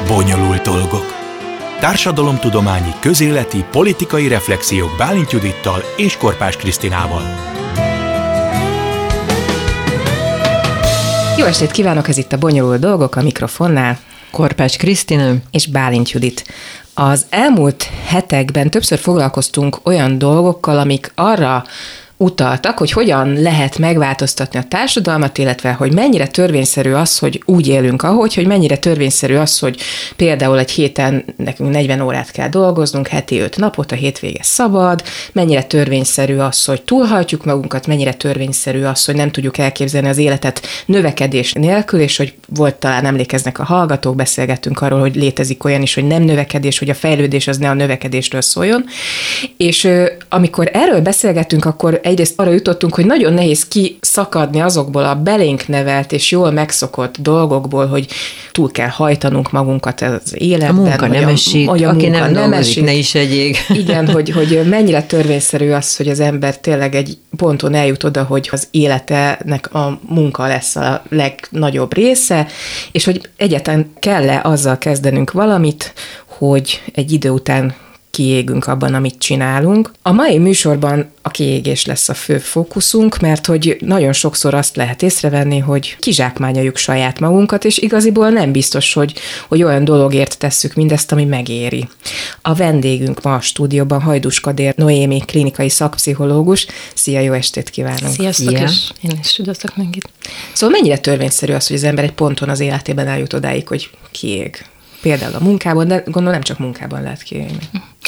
Bonyolult dolgok. Társadalomtudományi, közéleti, politikai reflexiók Bálint Judittal és Korpás Krisztinával. Jó estét kívánok, ez itt a Bonyolult dolgok, a mikrofonnál Korpás Krisztina és Bálint Judit. Az elmúlt hetekben többször foglalkoztunk olyan dolgokkal, amik arra utaltak, hogy hogyan lehet megváltoztatni a társadalmat, illetve hogy mennyire törvényszerű az, hogy úgy élünk ahogy, hogy mennyire törvényszerű az, hogy például egy héten nekünk 40 órát kell dolgoznunk, heti 5 napot, a hétvége szabad, mennyire törvényszerű az, hogy túlhajtjuk magunkat, mennyire törvényszerű az, hogy nem tudjuk elképzelni az életet növekedés nélkül, és hogy volt, talán emlékeznek a hallgatók, beszélgettünk arról, hogy létezik olyan is, hogy nem növekedés, hogy a fejlődés az ne a növekedésről szóljon. És amikor erről beszélgettünk, akkor egyrészt arra jutottunk, hogy nagyon nehéz kiszakadni azokból a belénk nevelt és jól megszokott dolgokból, hogy túl kell hajtanunk magunkat az életben. A munka nem esik, aki nem dolgozik, ne is egyék. Igen, hogy mennyire törvényszerű az, hogy az ember tényleg egy ponton eljut oda, hogy az életének a munka lesz a legnagyobb része, és hogy egyáltalán kell-e azzal kezdenünk valamit, hogy egy idő után kiégünk abban, amit csinálunk. A mai műsorban a kiégés lesz a fő fókuszunk, mert hogy nagyon sokszor azt lehet észrevenni, hogy kizsákmányoljuk saját magunkat, és igaziból nem biztos, hogy olyan dologért tesszük mindezt, ami megéri. A vendégünk ma a stúdióban Hajdús Kadér Noémi, klinikai szakpszichológus. Szia, jó estét kívánunk! Sziasztok, és én is üdvözlök mindenkit. Szóval mennyire törvényszerű az, hogy az ember egy ponton az életében eljut odáig, hogy kiég? Például a munkában, de gondolom nem csak munkában lehet kiégni.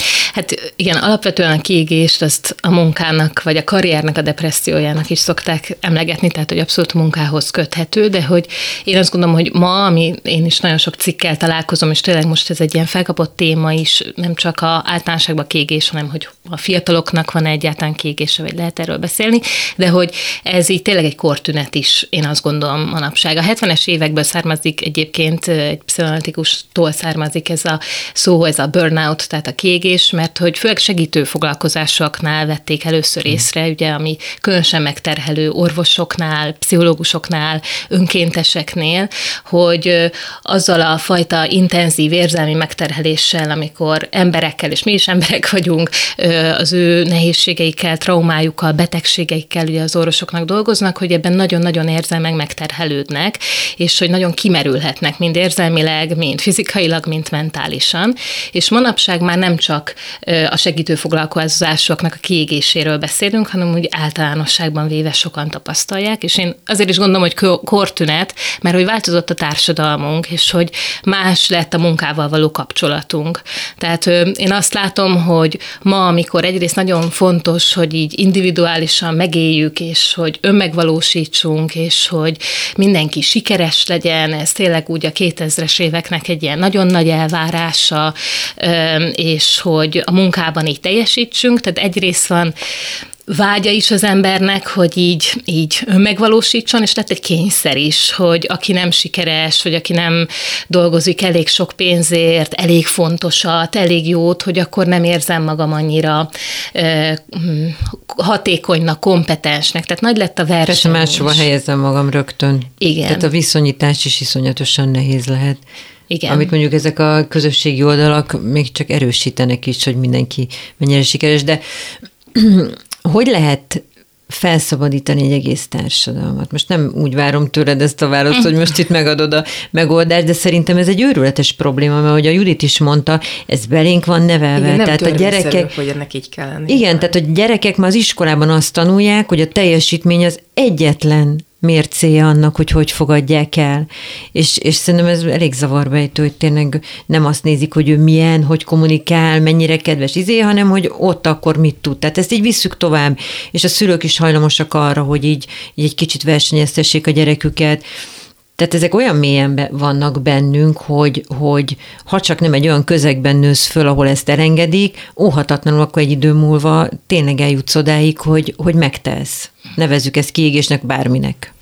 Hát igen, alapvetően a kiégést azt a munkának, vagy a karriernek a depressziójának is szokták emlegetni, tehát hogy abszolút munkához köthető, de hogy én azt gondolom, hogy ma, ami én is nagyon sok cikkel találkozom, és tényleg most ez egy ilyen felkapott téma is, nem csak a általánosságban kiégés, hanem hogy a fiataloknak van egyáltalán kiégése, vagy lehet erről beszélni, de hogy ez így tényleg egy kortünet is, én azt gondolom manapság. A 70-es évekből származik egyébként, egy pszichoanalitikustól származik ez a szó, ez a burnout, tehát a kiégés, mert hogy főleg segítő foglalkozásoknál vették először észre, ugye, ami különösen megterhelő orvosoknál, pszichológusoknál, önkénteseknél, hogy azzal a fajta intenzív érzelmi megterheléssel, amikor emberekkel, és mi is emberek vagyunk, az ő nehézségeikkel, traumájukkal, betegségeikkel ugye az orvosoknak dolgoznak, hogy ebben nagyon-nagyon érzelmek megterhelődnek, és hogy nagyon kimerülhetnek, mind érzelmileg, mind fizikailag, mind mentálisan, és manapság már nem csak a segítő foglalkozásoknak a kiégéséről beszélünk, hanem úgy általánosságban véve sokan tapasztalják, és én azért is gondolom, hogy kortünet, mert hogy változott a társadalmunk, és hogy más lett a munkával való kapcsolatunk. Tehát én azt látom, hogy ma, amikor egyrészt nagyon fontos, hogy így individuálisan megéljük, és hogy önmegvalósítsunk, és hogy mindenki sikeres legyen, ez tényleg úgy a 2000-es éveknek egy ilyen nagyon nagy elvárása, és hogy a munkában így teljesítsünk, tehát egyrészt van vágya is az embernek, hogy így önmegvalósítson, és lett egy kényszer is, hogy aki nem sikeres, vagy aki nem dolgozik elég sok pénzért, elég fontosat, elég jót, hogy akkor nem érzem magam annyira hatékonynak, kompetensnek. Tehát nagy lett a verseny. Persze máshova helyezem magam rögtön. Igen. Tehát a viszonyítás is iszonyatosan nehéz lehet. Igen. Amit mondjuk ezek a közösségi oldalak még csak erősítenek is, hogy mindenki mennyire sikeres, de hogy lehet felszabadítani egy egész társadalmat? Most nem úgy várom tőled ezt a választ, hogy most itt megadod a megoldást, de szerintem ez egy őrületes probléma, mert ahogy a Judit is mondta, ez belénk van nevelve. Igen, nem tehát a gyerekek, hogy ennek így kell lenni. Igen, tehát a gyerekek már az iskolában azt tanulják, hogy a teljesítmény az egyetlen mércéje annak, hogy fogadják el. És szerintem ez elég zavarbejtő, hogy tényleg nem azt nézik, hogy ő milyen, hogy kommunikál, mennyire kedves hanem hogy ott akkor mit tud. Tehát ezt így visszük tovább, és a szülők is hajlamosak arra, hogy így egy kicsit versenyeztessék a gyereküket. Tehát ezek olyan mélyen vannak bennünk, hogy ha csak nem egy olyan közegben nősz föl, ahol ezt elengedik, óhatatlanul akkor egy idő múlva tényleg eljutsz odáig, hogy megtesz. Nevezzük ezt kiégésnek, bárminek.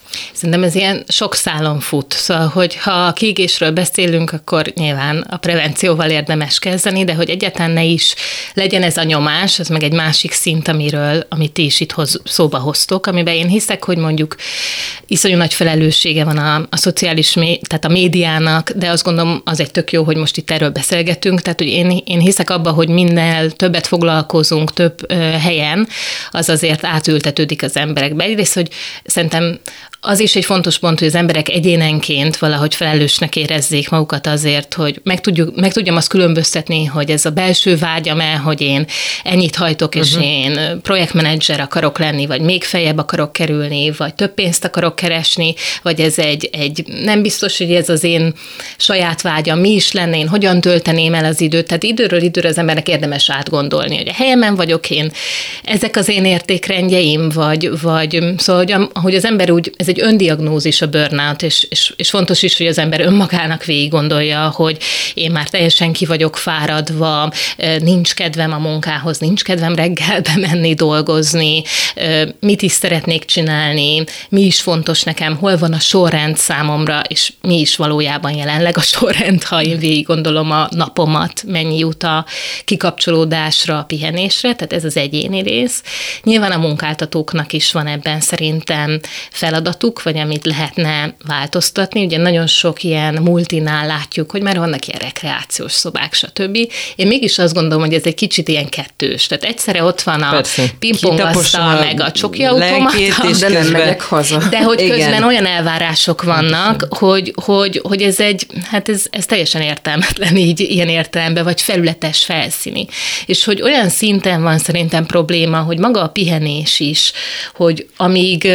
Szerintem ez ilyen sok szálon fut. Szóval, hogy ha a kiégésről beszélünk, akkor nyilván a prevencióval érdemes kezdeni, de hogy egyáltalán ne is legyen ez a nyomás, ez meg egy másik szint, amit ti is itt szóba hoztok, amiben én hiszek, hogy mondjuk iszonyú nagy felelőssége van a szociális, tehát a médiának, de azt gondolom, az egy tök jó, hogy most itt erről beszélgetünk, tehát hogy én hiszek abba, hogy minél többet foglalkozunk több helyen, az azért átültetődik az emberekbe. Egyrészt, hogy szerintem az is egy fontos pont, hogy az emberek egyénenként valahogy felelősnek érezzék magukat azért, hogy meg tudjam azt különböztetni, hogy ez a belső vágyam-e, hogy én ennyit hajtok, és én projektmenedzser akarok lenni, vagy még feljebb akarok kerülni, vagy több pénzt akarok keresni, vagy ez egy nem biztos, hogy ez az én saját vágyam, mi is lenne, én hogyan tölteném el az időt. Tehát időről időre az embernek érdemes átgondolni, hogy a helyemen vagyok én, ezek az én értékrendjeim, vagy szóval, hogy az ember úgy, ez egy öndiagnózis a burnout, és fontos is, hogy az ember önmagának végig gondolja, hogy én már teljesen ki vagyok fáradva, nincs kedvem a munkához, nincs kedvem reggel bemenni dolgozni, mit is szeretnék csinálni, mi is fontos nekem, hol van a sorrend számomra, és mi is valójában jelenleg a sorrend, ha én végig gondolom a napomat, mennyi jut a kikapcsolódásra, a pihenésre, tehát ez az egyéni rész. Nyilván a munkáltatóknak is van ebben szerintem feladatuk, vagy amit lehetne változtatni. Ugye nagyon sok ilyen multinál látjuk, hogy már vannak ilyen rekreációs szobák, stb. Én mégis azt gondolom, hogy ez egy kicsit ilyen kettős. Tehát egyszerre ott van a pingpongasztal, meg a csoki automata, de nem megyek haza. De hogy közben olyan elvárások vannak, hogy ez ez teljesen értelmetlen így ilyen értelemben, vagy felületes, felszíni. És hogy olyan szinten van szerintem probléma, hogy maga a pihenés is, hogy amíg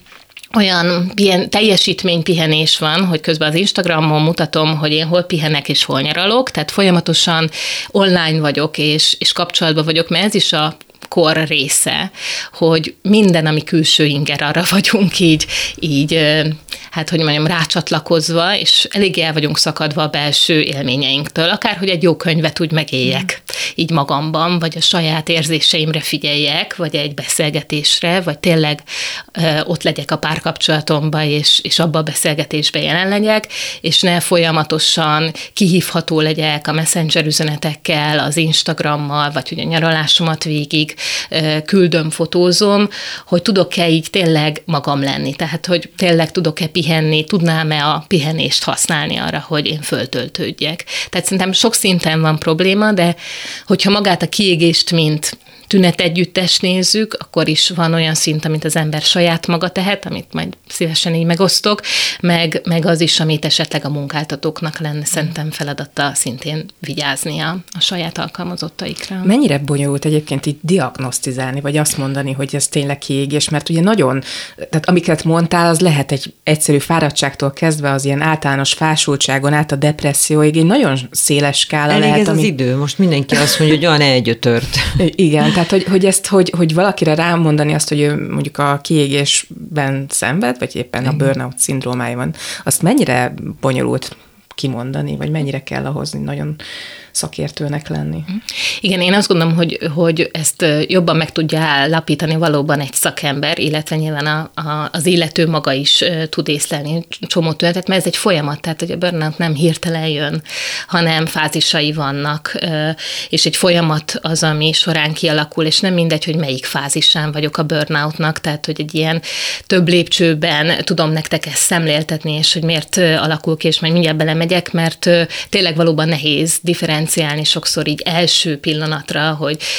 olyan ilyen teljesítménypihenés van, hogy közben az Instagramon mutatom, hogy én hol pihenek és hol nyaralok, tehát folyamatosan online vagyok és kapcsolatban vagyok, mert ez is a kor része, hogy minden, ami külső inger, arra vagyunk így hát hogy mondjam, rácsatlakozva, és eléggé el vagyunk szakadva a belső élményeinktől, akár hogy egy jó könyvet úgy megéljek így magamban, vagy a saját érzéseimre figyeljek, vagy egy beszélgetésre, vagy tényleg ott legyek a párkapcsolatomban, és abba a beszélgetésben jelen legyek, és ne folyamatosan kihívható legyek a messenger üzenetekkel, az Instagrammal, vagy hogy a nyaralásomat végig küldöm, fotózom, hogy tudok-e így tényleg magam lenni, tehát hogy tényleg tudok-e pihenni, tudnám-e a pihenést használni arra, hogy én föltöltődjek. Tehát szerintem sok szinten van probléma, de hogyha magát a kiégést, mint tünetegyüttest nézzük, akkor is van olyan szint, amit az ember saját maga tehet, amit majd szívesen így megosztok, meg az is, amit esetleg a munkáltatóknak lenne szerintem feladata szintén vigyázni a saját alkalmazottaikra. Mennyire bonyolult egyébként így diagnosztizálni, vagy azt mondani, hogy ez tényleg kiégés, mert ugye tehát amiket mondtál, az lehet egy egyszerű fáradtságtól kezdve az ilyen általános fásultságon át a depresszióig, egy nagyon széles skála elég lehet. Ez az idő, most mindenki azt mondja, hogy olyan elgyötört. Igen, tehát hogy valakire rámondani azt, hogy ő mondjuk a kiégésben szenved, vagy éppen a burnout szindrómája van, azt mennyire bonyolult kimondani, vagy mennyire kell ahhoz nagyon szakértőnek lenni. Igen, én azt gondolom, hogy ezt jobban meg tudja állapítani valóban egy szakember, illetve nyilván az illető maga is tud észlelni csomó tünetet, mert ez egy folyamat, tehát hogy a burnout nem hirtelen jön, hanem fázisai vannak, és egy folyamat az, ami során kialakul, és nem mindegy, hogy melyik fázisán vagyok a burnoutnak, tehát hogy egy ilyen több lépcsőben tudom nektek ezt szemléltetni, és hogy miért alakul ki, és majd mindjárt belemegyek, mert tényleg valóban nehéz differenciálni sokszor így első pillanatra,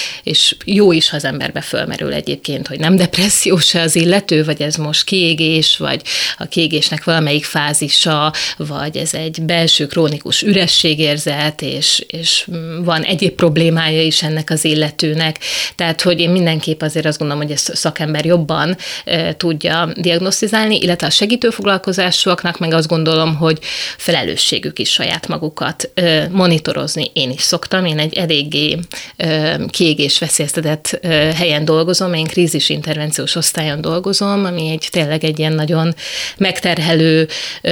és jó is, ha az emberbe fölmerül egyébként, hogy nem depressziós az illető, vagy ez most kiégés, vagy a kiégésnek valamelyik fázisa, vagy ez egy belső krónikus ürességérzet, és van egyéb problémája is ennek az illetőnek. Tehát, hogy én mindenképp azért azt gondolom, hogy ezt a szakember jobban tudja diagnosztizálni, illetve a segítőfoglalkozásúaknak meg azt gondolom, hogy felelősségük is saját magukat monitorozni, én is szoktam, én egy eléggé kiégés veszélyeztetett helyen dolgozom, én krízisintervenciós osztályon dolgozom, ami tényleg egy ilyen nagyon megterhelő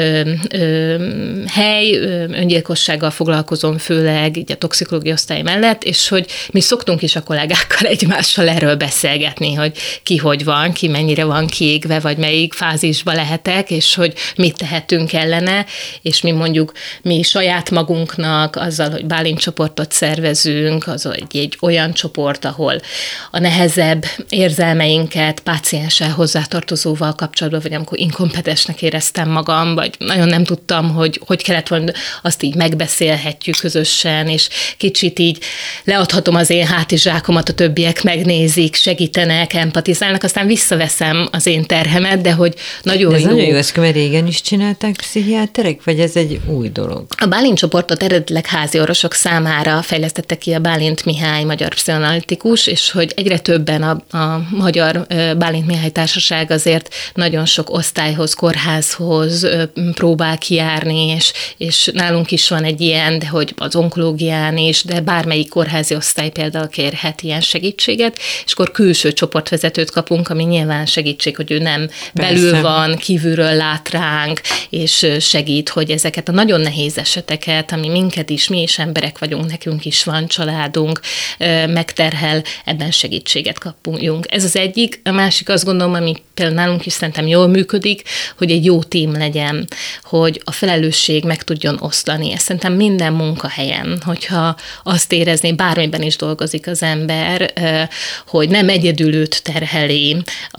hely, öngyilkossággal foglalkozom, főleg így a toxikológia osztály mellett, és hogy mi szoktunk is a kollégákkal egymással erről beszélgetni, hogy ki hogy van, ki mennyire van kiégve, vagy melyik fázisba lehetek, és hogy mit tehetünk ellene, és mi saját magunknak azzal, hogy bálintcsoportot szervezünk, az egy olyan csoport, ahol a nehezebb érzelmeinket pácienssel hozzátartozóval kapcsolatban, vagy amikor inkompetensnek éreztem magam, vagy nagyon nem tudtam, hogy kellett volna, azt így megbeszélhetjük közösen, és kicsit így leadhatom az én hátizsákomat, a többiek megnézik, segítenek, empatizálnak, aztán visszaveszem az én terhemet, de hogy nagyon jó. Nagyon jó eszköz, mert régen is csinálták pszichiáterek, vagy ez egy új dolog? A Bálint csoportot eredetileg házi orvosok számára fejlesztette ki a Bálint Mihály magyar pszichoanalitikus, és hogy egyre többen a Magyar Bálint Mihály Társaság azért nagyon sok osztályhoz, kórházhoz próbál kijárni, és nálunk is van egy ilyen, de hogy az onkológián is, de bármelyik kórházi osztály például kérhet ilyen segítséget, és akkor külső csoportvezetőt kapunk, ami nyilván segítség, hogy ő nem belül van, kívülről lát ránk, és segít, hogy ezeket a nagyon nehéz eseteket, ami minket is, mi is emberek vagyunk, nekünk is van családunk, megterhel, ebben segítséget kapunk. Ez az egyik. A másik azt gondolom, ami például nálunk is szerintem jól működik, hogy egy jó tím legyen, hogy a felelősség meg tudjon osztani. Ezt szerintem minden munkahelyen, hogyha azt érezni, bármiben is dolgozik az ember, hogy nem egyedül őt terheli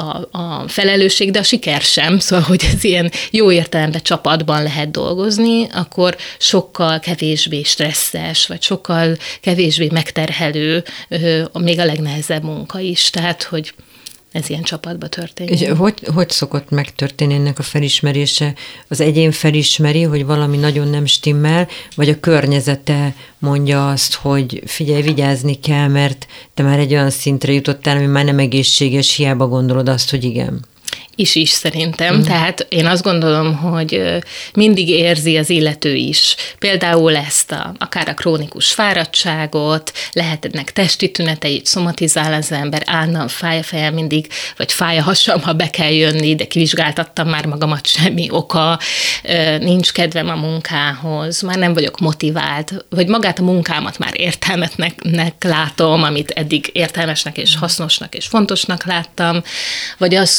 a felelősség, de a siker sem, szóval, hogy ez ilyen jó értelemben csapatban lehet dolgozni, akkor sokkal kevésbé stresszes, vagy sokkal kevésbé megterhelő még a legnehezebb munka is. Tehát, hogy ez ilyen csapatba történik. És hogy szokott megtörténni ennek a felismerése? Az egyén felismeri, hogy valami nagyon nem stimmel, vagy a környezete mondja azt, hogy figyelj, vigyázni kell, mert te már egy olyan szintre jutottál, ami már nem egészséges, hiába gondolod azt, hogy igen. Is szerintem. Tehát én azt gondolom, hogy mindig érzi az illető is. Például ezt akár a krónikus fáradtságot, lehetnek testi tünetei, szomatizál az ember, állandóan fáj a fejem mindig, vagy fáj a hasam, ha be kell jönni, de kivizsgáltattam már magamat, semmi oka, nincs kedvem a munkához, már nem vagyok motivált, vagy magát a munkámat már értelmetnek látom, amit eddig értelmesnek és hasznosnak és fontosnak láttam, vagy az,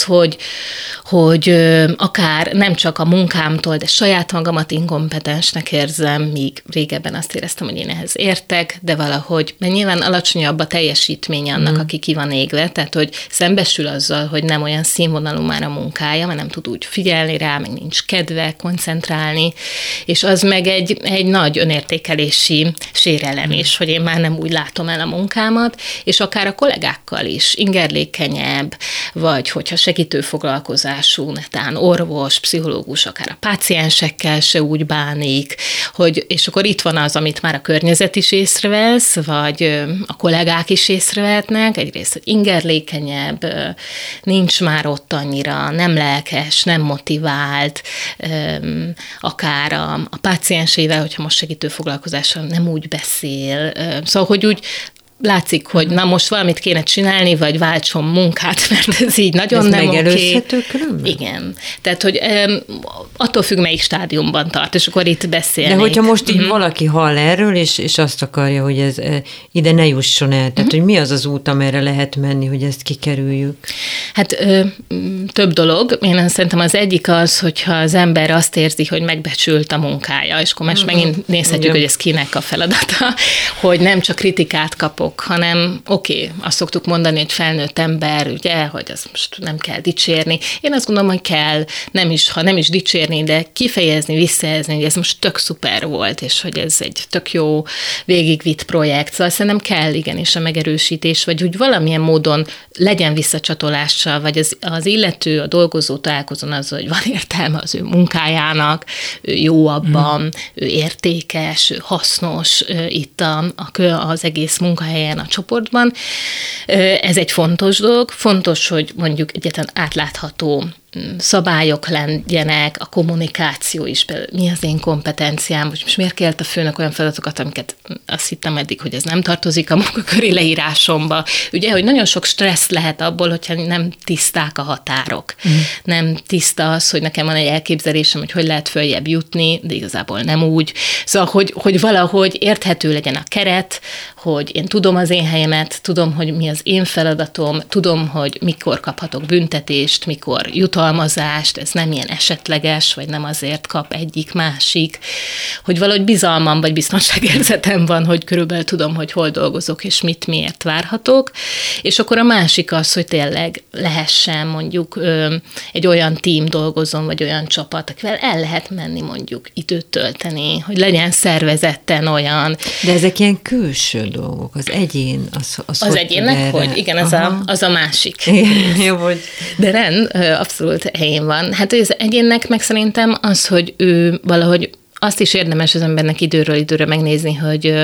hogy akár nem csak a munkámtól, de saját magamat inkompetensnek érzem, míg régebben azt éreztem, hogy én ehhez értek, de valahogy, mert nyilván alacsonyabb a teljesítmény annak, aki ki van égve, tehát hogy szembesül azzal, hogy nem olyan színvonalú már a munkája, mert nem tud úgy figyelni rá, meg nincs kedve, koncentrálni, és az meg egy nagy önértékelési sérelem is, hogy én már nem úgy látom el a munkámat, és akár a kollégákkal is ingerlékenyebb, vagy hogyha segítő foglalkozású, netán orvos, pszichológus, akár a páciensekkel se úgy bánik, és akkor itt van az, amit már a környezet is észrevesz, vagy a kollégák is észrevehetnek, egyrészt, hogy ingerlékenyebb, nincs már ott annyira, nem lelkes, nem motivált, akár a páciensével, hogyha most segítő foglalkozással nem úgy beszél, szóval, hogy úgy látszik, hogy na most valamit kéne csinálni, vagy váltson munkát, mert ez így nagyon nem oké. Ez megelőzhető különben? Igen. Tehát, hogy attól függ, melyik stádiumban tart, és akkor itt beszélnék. De hogyha most így valaki hall erről, és azt akarja, hogy ez ide ne jusson el, tehát hogy mi az az út, amerre lehet menni, hogy ezt kikerüljük? Hát több dolog. Én szerintem az egyik az, hogyha az ember azt érzi, hogy megbecsült a munkája, és akkor most megint nézhetjük, hogy ez kinek a feladata, hogy nem csak kritikát kapok, hanem azt szoktuk mondani, hogy felnőtt ember, ugye, hogy azt most nem kell dicsérni. Én azt gondolom, hogy kell, ha nem is dicsérni, de kifejezni, visszajelzni, hogy ez most tök szuper volt, és hogy ez egy tök jó végigvitt projekt. Szóval szerintem kell igenis a megerősítés, vagy úgy valamilyen módon legyen visszacsatolással, vagy az illető, a dolgozó találkozon azzal, hogy van értelme az ő munkájának, ő jó abban, ő értékes, ő hasznos itt az egész munkahelyen, a csoportban. Ez egy fontos dolog. Fontos, hogy mondjuk egyáltalán átlátható szabályok legyenek, a kommunikáció is, mi az én kompetenciám, most miért kért a főnök olyan feladatokat, amiket azt hittem eddig, hogy ez nem tartozik a munkaköri leírásomba. Ugye, hogy nagyon sok stressz lehet abból, hogyha nem tiszták a határok. Nem tiszta az, hogy nekem van egy elképzelésem, hogy lehet följebb jutni, de igazából nem úgy. Szóval, hogy valahogy érthető legyen a keret, hogy én tudom az én helyemet, tudom, hogy mi az én feladatom, tudom, hogy mikor kaphatok büntetést, mikor jutalmazást, ez nem ilyen esetleges, vagy nem azért kap egyik, másik, hogy valahogy bizalmam vagy biztonságérzetem van, hogy körülbelül tudom, hogy hol dolgozok, és mit miért várhatok, és akkor a másik az, hogy tényleg lehessen mondjuk egy olyan tím dolgozom, vagy olyan csapat, akivel el lehet menni mondjuk időt tölteni, hogy legyen szervezetten olyan. De ezek ilyen külső dolgok, az egyén, az egyénnek, hogy igen, az a másik. Jó, hogy... De abszolút helyén van. Hát az egyénnek meg szerintem az, hogy ő valahogy azt is érdemes az embernek időről időre megnézni, hogy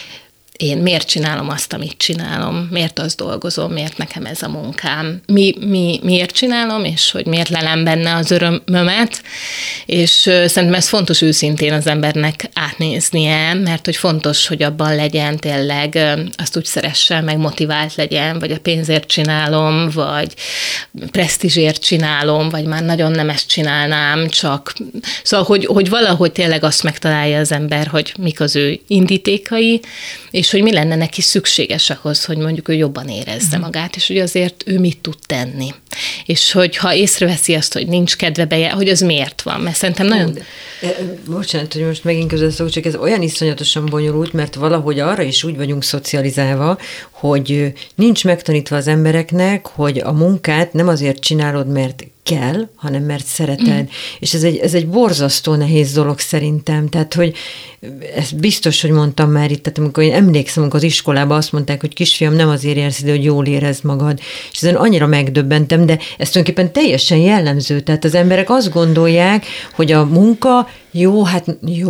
én miért csinálom azt, amit csinálom, miért azt dolgozom, miért nekem ez a munkám, miért csinálom, és hogy miért lelem benne az örömömet, és szerintem ez fontos őszintén az embernek átnéznie, mert hogy fontos, hogy abban legyen tényleg, azt úgy szeresse, meg motivált legyen, vagy a pénzért csinálom, vagy presztízsért csinálom, vagy már nagyon nem ezt csinálnám, csak szóval, hogy valahogy tényleg azt megtalálja az ember, hogy mik az ő indítékai, és hogy mi lenne neki szükséges ahhoz, hogy mondjuk ő jobban érezze magát, és hogy azért ő mit tud tenni. És hogyha észreveszi azt, hogy nincs kedve hogy az miért van, mert szerintem nagyon... Bocsánat, hogy most megint közösszok, csak ez olyan iszonyatosan bonyolult, mert valahogy arra is úgy vagyunk szocializálva, hogy nincs megtanítva az embereknek, hogy a munkát nem azért csinálod, mert kell, hanem mert szereted. És ez egy borzasztó nehéz dolog szerintem. Tehát, hogy ezt biztos, hogy mondtam már itt, tehát amikor én emlékszem, amikor az iskolában azt mondták, hogy kisfiam, nem azért jársz ide, hogy jól érezd magad. És ezen annyira megdöbbentem, de ez tulajdonképpen teljesen jellemző. Tehát az emberek azt gondolják, hogy a munka jó, hát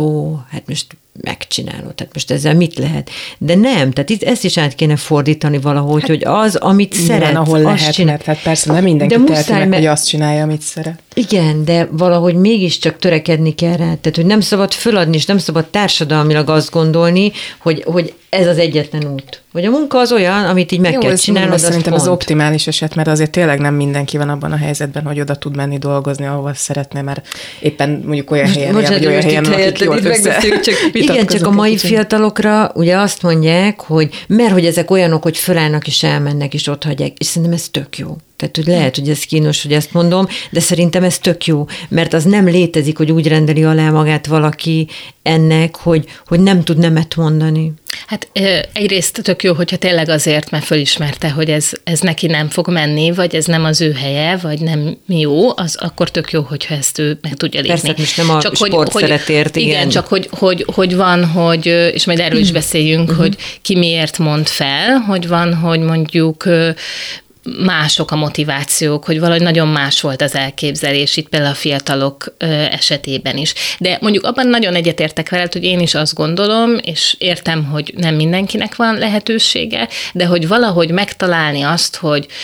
most megcsinálod, tehát most ezzel mit lehet? De nem, tehát itt ezt is át kéne fordítani valahogy, hogy az, amit szeret, ahol lehet, mert hát persze nem mindenki teheti meg, hogy azt csinálja, amit szeret. Igen, de valahogy mégiscsak törekedni kell rá. Tehát, hogy nem szabad föladni, és nem szabad társadalmilag azt gondolni, hogy ez az egyetlen út. Hogy a munka az olyan, amit így meg kell csinálnod, az szerintem pont. az optimális eset, mert azért tényleg nem mindenki van abban a helyzetben, hogy oda tud menni dolgozni, ahova szeretne, mert éppen mondjuk olyan helyen, vagy olyan helyen, akik jól igen, csak a mai fiatalokra ugye azt mondják, hogy mert hogy ezek olyanok, hogy fölállnak és elmennek és ott hagyják, és szerintem ez tök jó. Tehát, hogy lehet, hogy ez kínos, hogy ezt mondom, de szerintem ez tök jó, mert az nem létezik, hogy úgy rendeli alá magát valaki ennek, hogy nem tud nemet mondani. Hát egyrészt tök jó, hogyha tényleg azért, mert fölismerte, hogy ez neki nem fog menni, vagy ez nem az ő helye, vagy nem jó, az akkor tök jó, hogyha ezt ő meg tudja lépni. Persze, most nem a sport szeretért, igen. Igen, csak hogy van, hogy, és majd erről is beszéljünk, hogy ki miért mond fel, hogy van, hogy mondjuk mások a motivációk, hogy valahogy nagyon más volt az elképzelés itt például a fiatalok esetében is. De mondjuk abban nagyon egyetértek veled, hogy én is azt gondolom, és értem, hogy nem mindenkinek van lehetősége, de hogy valahogy megtalálni azt,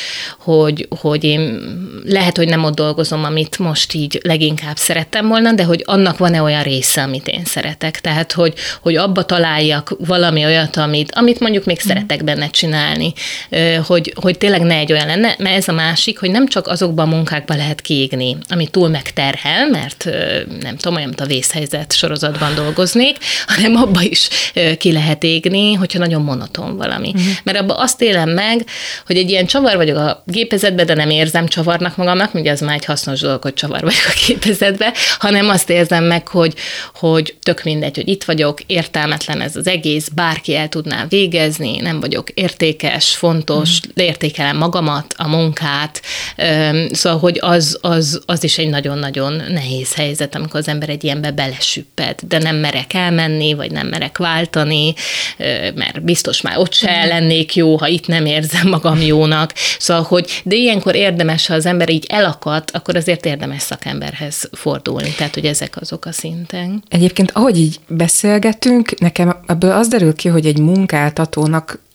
hogy én lehet, hogy nem ott dolgozom, amit most így leginkább szerettem volna, de hogy annak van-e olyan része, amit én szeretek. Tehát, hogy abba találjak valami olyat, amit mondjuk még szeretek benne csinálni, hogy tényleg ne egy olyan lenne, mert ez a másik, hogy nem csak azokban a munkákban lehet kiégni, ami túl megterhel, mert nem tudom, olyan, mint a Vészhelyzet sorozatban dolgoznék, hanem abba is ki lehet égni, hogyha nagyon monoton valami. Mert abban azt élem meg, hogy egy ilyen csavar vagyok a gépezetben, de nem érzem csavarnak magamnak, ugye az már egy hasznos dolog, hogy csavar vagyok a gépezetben, hanem azt érzem meg, hogy tök mindegy, hogy itt vagyok, értelmetlen ez az egész, bárki el tudná végezni, nem vagyok értékes, fontos, de értékelem magamat, a munkát, szóval, hogy az is egy nagyon-nagyon nehéz helyzet, amikor az ember egy ilyenbe belesüpped, de nem merek elmenni, vagy nem merek váltani, mert biztos már ott se lennék jó, ha itt nem érzem magam jónak. Szóval, de ilyenkor érdemes, ha az ember így elakadt, akkor azért érdemes szakemberhez fordulni. Tehát, hogy ezek azok a szintek. Egyébként, ahogy így beszélgetünk, nekem ebből az derül ki, hogy egy munkáltatónak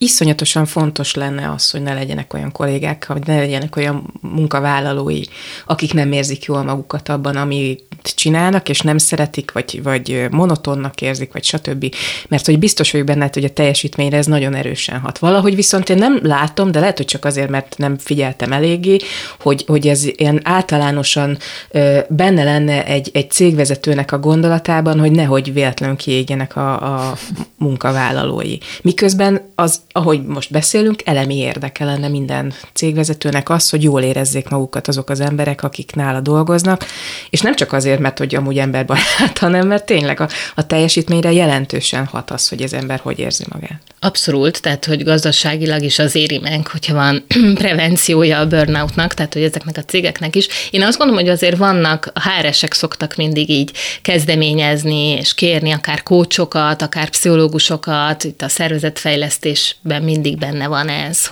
iszonyatosan fontos lenne az, hogy ne legyenek olyan kollégák, vagy ne legyenek olyan munkavállalói, akik nem érzik jól magukat abban, amit csinálnak, és nem szeretik, vagy monotonnak érzik, vagy stb. Mert hogy biztos vagyok benne, hogy a teljesítményre ez nagyon erősen hat. Valahogy viszont én nem látom, de lehet, hogy csak azért, mert nem figyeltem eléggé, hogy ez ilyen általánosan benne lenne egy cégvezetőnek a gondolatában, hogy nehogy véletlenül kiégjenek a munkavállalói. Miközben az, ahogy most beszélünk, elemi érdeke lenne minden cégvezetőnek az, hogy jól érezzék magukat azok az emberek, akik nála dolgoznak, és nem csak azért, mert hogy amúgy emberbarát, hanem mert tényleg a teljesítményre jelentősen hat az, hogy az ember hogy érzi magát. Abszolút, tehát hogy gazdaságilag is az éri meg, hogyha van prevenciója a burnoutnak, tehát hogy ezeknek a cégeknek is. Én azt gondolom, hogy azért vannak, a HR-esek szoktak mindig így kezdeményezni, és kérni akár coachokat, akár pszichológusokat, itt a szervezetfejlesztésben mindig benne van ez,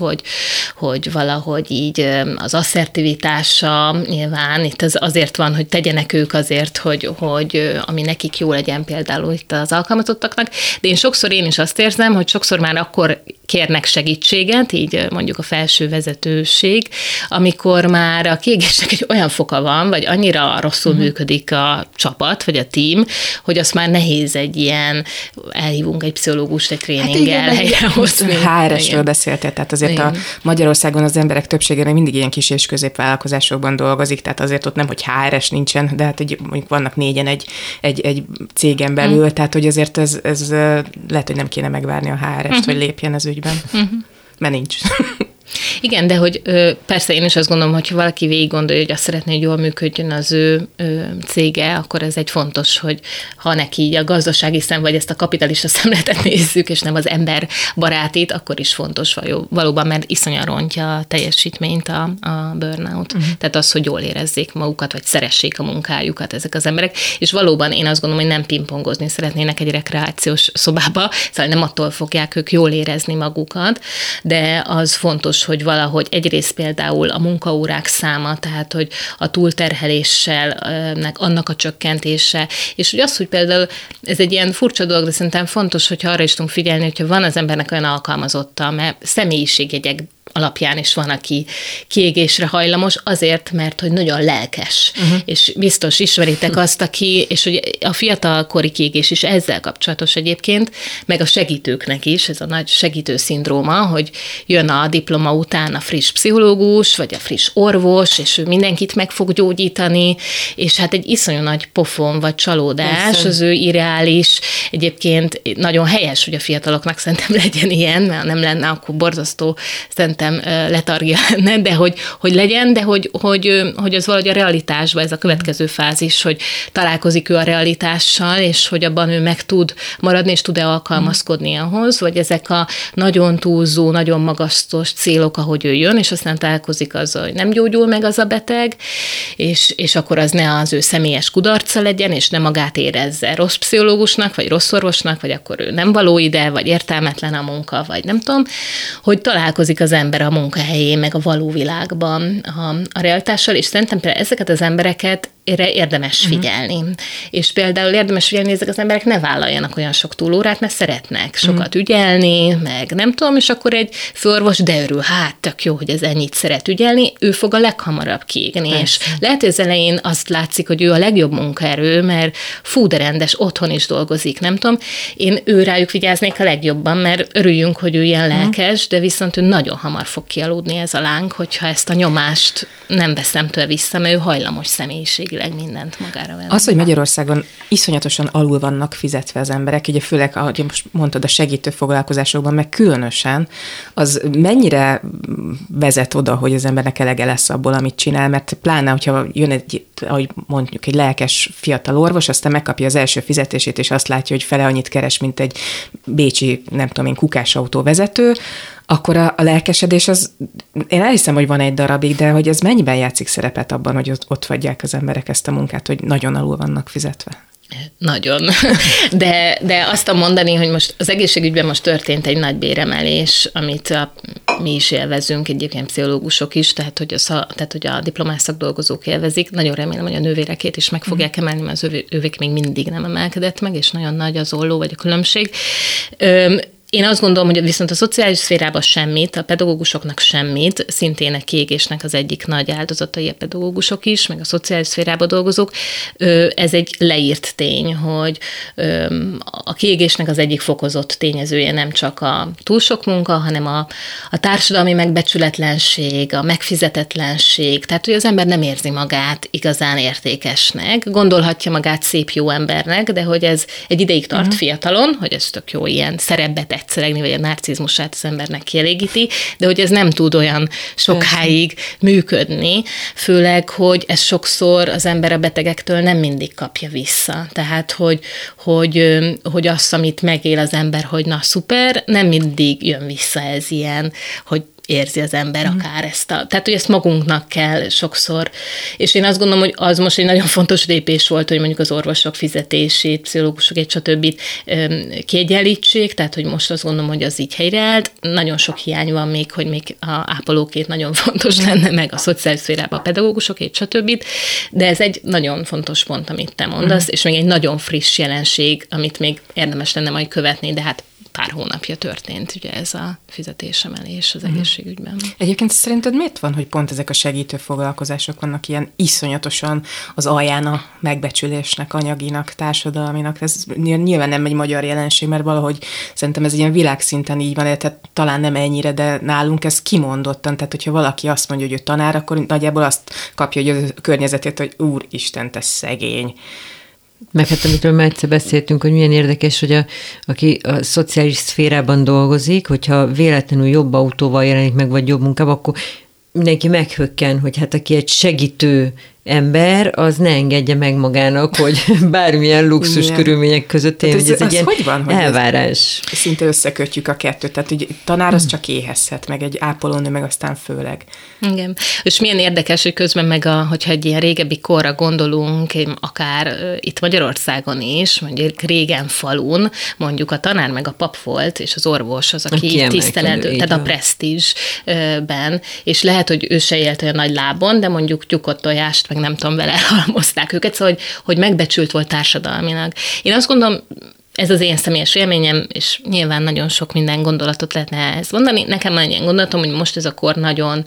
hogy valahogy így az asszertivitása nyilván itt azért van, hogy tegyenek ők azért, hogy ami nekik jó legyen például itt az alkalmazottaknak, de én is azt érzem, hogy sokszor már akkor kérnek segítséget, így mondjuk a felső vezetőség, amikor már a kiégésnek egy olyan foka van, vagy annyira rosszul működik a csapat, vagy a tím, hogy azt már nehéz egy ilyen, elhívunk egy pszichológust, egy tréninggel helyrehozni. HR-esről beszéltél, tehát azért a Magyarországon az emberek többsége még mindig ilyen kis és középvállalkozásokban dolgozik, tehát azért ott nem, hogy HR-es nincsen, de hát mondjuk vannak 4-en egy cégen belül, tehát hogy azért ez lehet, hogy nem kéne megvárni a HR-est, hogy lépjen az ügyben, mert nincs. Igen, de hogy persze én is azt gondolom, hogy ha valaki végig gondolja, hogy azt szeretné, hogy jól működjön az ő cége, akkor ez egy fontos, hogy ha neki így a gazdasági szem, vagy ezt a kapitalista szemletet nézzük, és nem az ember barátit, akkor is fontos valóban, mert iszonyan rontja a teljesítményt a burnout. Tehát az, hogy jól érezzék magukat, vagy szeressék a munkájukat ezek az emberek. És valóban én azt gondolom, hogy nem pingpongozni szeretnének egy rekreációs szobába, szóval nem attól fogják ők jól érezni magukat, de az fontos, hogy valahogy egyrészt például a munkaórák száma, tehát hogy a túlterheléssel annak a csökkentése, és hogy az, hogy például ez egy ilyen furcsa dolog, de szerintem fontos, hogyha arra is tudunk figyelni, hogyha van az embernek olyan alkalmazotta, mert személyiségjegyek alapján is van, aki kiégésre hajlamos, azért, mert hogy nagyon lelkes. És biztos ismeritek azt, aki, és hogy a fiatalkori kiégés is ezzel kapcsolatos egyébként, meg a segítőknek is, ez a nagy segítő szindróma, hogy jön a diploma után a friss pszichológus, vagy a friss orvos, és ő mindenkit meg fog gyógyítani, és hát egy iszonyú nagy pofon, vagy csalódás, persze. Az ő irreális, egyébként nagyon helyes, hogy a fiataloknak szerintem legyen ilyen, mert nem lenne, akkor borzasztó szerintem letargia lenne, de hogy legyen, de hogy az valahogy a realitásban ez a következő fázis, hogy találkozik ő a realitással, és hogy abban ő meg tud maradni, és tud-e alkalmazkodni ahhoz, vagy ezek a nagyon túlzó, nagyon magasztos célok, ahogy ő jön, és aztán találkozik azzal, hogy nem gyógyul meg az a beteg, és akkor az ne az ő személyes kudarca legyen, és ne magát érezze rossz pszichológusnak, vagy rossz orvosnak, vagy akkor ő nem való ide, vagy értelmetlen a munka, vagy nem tudom, hogy találkozik az ember a munkahelyén, meg a való világban a realitással, és szerintem például ezeket az embereket érdemes figyelni. És például érdemes figyelni, ezek az emberek ne vállaljanak olyan sok túlórát, mert szeretnek sokat ügyelni, meg nem tudom, és akkor egy főorvos, de örül, hát tök jó, hogy ez ennyit szeret ügyelni, ő fog a leghamarabb kiégni. És lehet, hogy az elején azt látszik, hogy ő a legjobb munkaerő, mert fú, de rendes, otthon is dolgozik, nem tudom. Én ő rájuk vigyáznék a legjobban, mert örüljünk, hogy ő ilyen lelkes, de viszont ő nagyon hamar fog kialudni ez a láng, hogyha ezt a nyomást nem veszem tőle vissza, mert ő hajlamos személyiségileg mindent magára venni. Az, hogy Magyarországon iszonyatosan alul vannak fizetve az emberek, ugye főleg, ahogy most mondtad, a segítő foglalkozásokban, meg különösen, az mennyire vezet oda, hogy az embernek elege lesz abból, amit csinál, mert pláne, hogyha jön egy, ahogy mondjuk egy lelkes fiatal orvos, aztán megkapja az első fizetését, és azt látja, hogy fele annyit keres, mint egy bécsi, nem tudom én, kukásautó vezető, akkor a lelkesedés az, én elhiszem, hogy van egy darabig, de hogy ez mennyiben játszik szerepet abban, hogy ott hagyják az emberek ezt a munkát, hogy nagyon alul vannak fizetve? Nagyon. De azt mondani, hogy most az egészségügyben most történt egy nagy béremelés, amit mi is élvezünk, egyébként pszichológusok is, tehát hogy a diplomás szakdolgozók élvezik. Nagyon remélem, hogy a nővérekét is meg fogják emelni, mert az ővék még mindig nem emelkedett meg, és nagyon nagy az olló vagy a különbség. Én azt gondolom, hogy viszont a szociális szférában semmit, a pedagógusoknak semmit, szintén a kiégésnek az egyik nagy áldozatai a pedagógusok is, meg a szociális szférában dolgozók. Ez egy leírt tény, hogy a kiégésnek az egyik fokozott tényezője nem csak a túl sok munka, hanem a társadalmi megbecsületlenség, a megfizetetlenség, tehát hogy az ember nem érzi magát igazán értékesnek, gondolhatja magát szép jó embernek, de hogy ez egy ideig tart fiatalon, hogy ez tök jó ilyen szerepbe tetszelegni, vagy a narcizmusát az embernek kielégíti, de hogy ez nem tud olyan sokáig működni, főleg, hogy ez sokszor az ember a betegektől nem mindig kapja vissza. Tehát, hogy azt, amit megél az ember, hogy na szuper, nem mindig jön vissza ez ilyen, hogy érzi az ember akár ezt tehát, hogy ezt magunknak kell sokszor. És én azt gondolom, hogy az most egy nagyon fontos lépés volt, hogy mondjuk az orvosok fizetését, pszichológusok, stb. Kiegyenlítsék, tehát, hogy most azt gondolom, hogy az így helyreállt. Nagyon sok hiány van még, hogy még a ápolókét nagyon fontos lenne, meg a szociális szférában a pedagógusokét, stb. De ez egy nagyon fontos pont, amit te mondasz, és még egy nagyon friss jelenség, amit még érdemes lenne majd követni, de hát pár hónapja történt ugye ez a fizetésemelés az egészségügyben. Egyébként szerinted miért van, hogy pont ezek a segítő foglalkozások vannak ilyen iszonyatosan az alján a megbecsülésnek, anyaginak, társadalminak? Ez nyilván nem egy magyar jelenség, mert valahogy szerintem ez ilyen világszinten így van, tehát talán nem ennyire, de nálunk ez kimondottan, tehát hogyha valaki azt mondja, hogy ő tanár, akkor nagyjából azt kapja, hogy a környezetét, hogy úristen, te szegény. Meg hát, amitől már egyszer beszéltünk, hogy milyen érdekes, hogy aki a szociális szférában dolgozik, hogyha véletlenül jobb autóval jelenik meg, vagy jobb munkában, akkor mindenki meghökken, hogy hát aki egy segítő ember, az ne engedje meg magának, hogy bármilyen luxus körülmények között éljen, hogy ez egy ilyen hogy van, hogy elvárás. Szinte összekötjük a kettőt, tehát hogy tanár az csak éhezhet, meg egy ápolónő, meg aztán főleg. Igen. És milyen érdekes, hogy közben meg, hogyha egy ilyen régebbi korra gondolunk, akár itt Magyarországon is, mondjuk régen falun, mondjuk a tanár meg a pap volt, és az orvos az, aki tisztelető, tehát a presztízsben, és lehet, hogy ő se élt olyan nagy lábon, de mondjuk tyukott tojást, meg nem tudom, vele halmozták őket, szóval, hogy megbecsült volt társadalmilag. Én azt gondolom, ez az én személyes élményem, és nyilván nagyon sok minden gondolatot lehetne ezt mondani. Nekem van egy ilyen gondolatom, hogy most ez a kor nagyon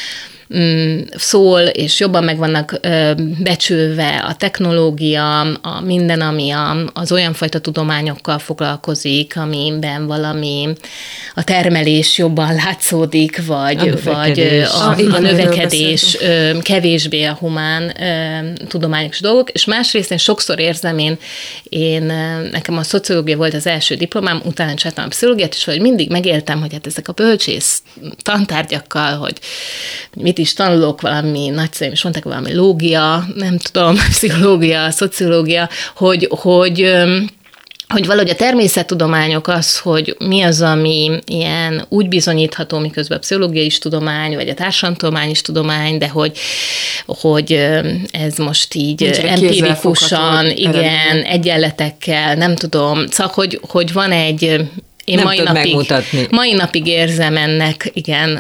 szól, és jobban meg vannak becsülve a technológia, a minden, ami az olyan fajta tudományokkal foglalkozik, amiben valami a termelés jobban látszódik, vagy a növekedés, kevésbé a humán tudományos dolgok, és másrészt én sokszor érzem, én nekem a szociológia volt az első diplomám, utána csináltam a pszichológiát, és hogy mindig megéltem, hogy hát ezek a bölcsész tantárgyakkal, hogy mit is tanulok, valami nagyszerű, és mondták valami lógia, nem tudom, pszichológia, szociológia, hogy valahogy a természettudományok az, hogy mi az, ami ilyen úgy bizonyítható, miközben a pszichológia is tudomány, vagy a társadalomtudomány is tudomány, de hogy ez most így empirikusan, igen, egyenletekkel, nem tudom, csak hogy van egy... Én mai napig érzem ennek, igen,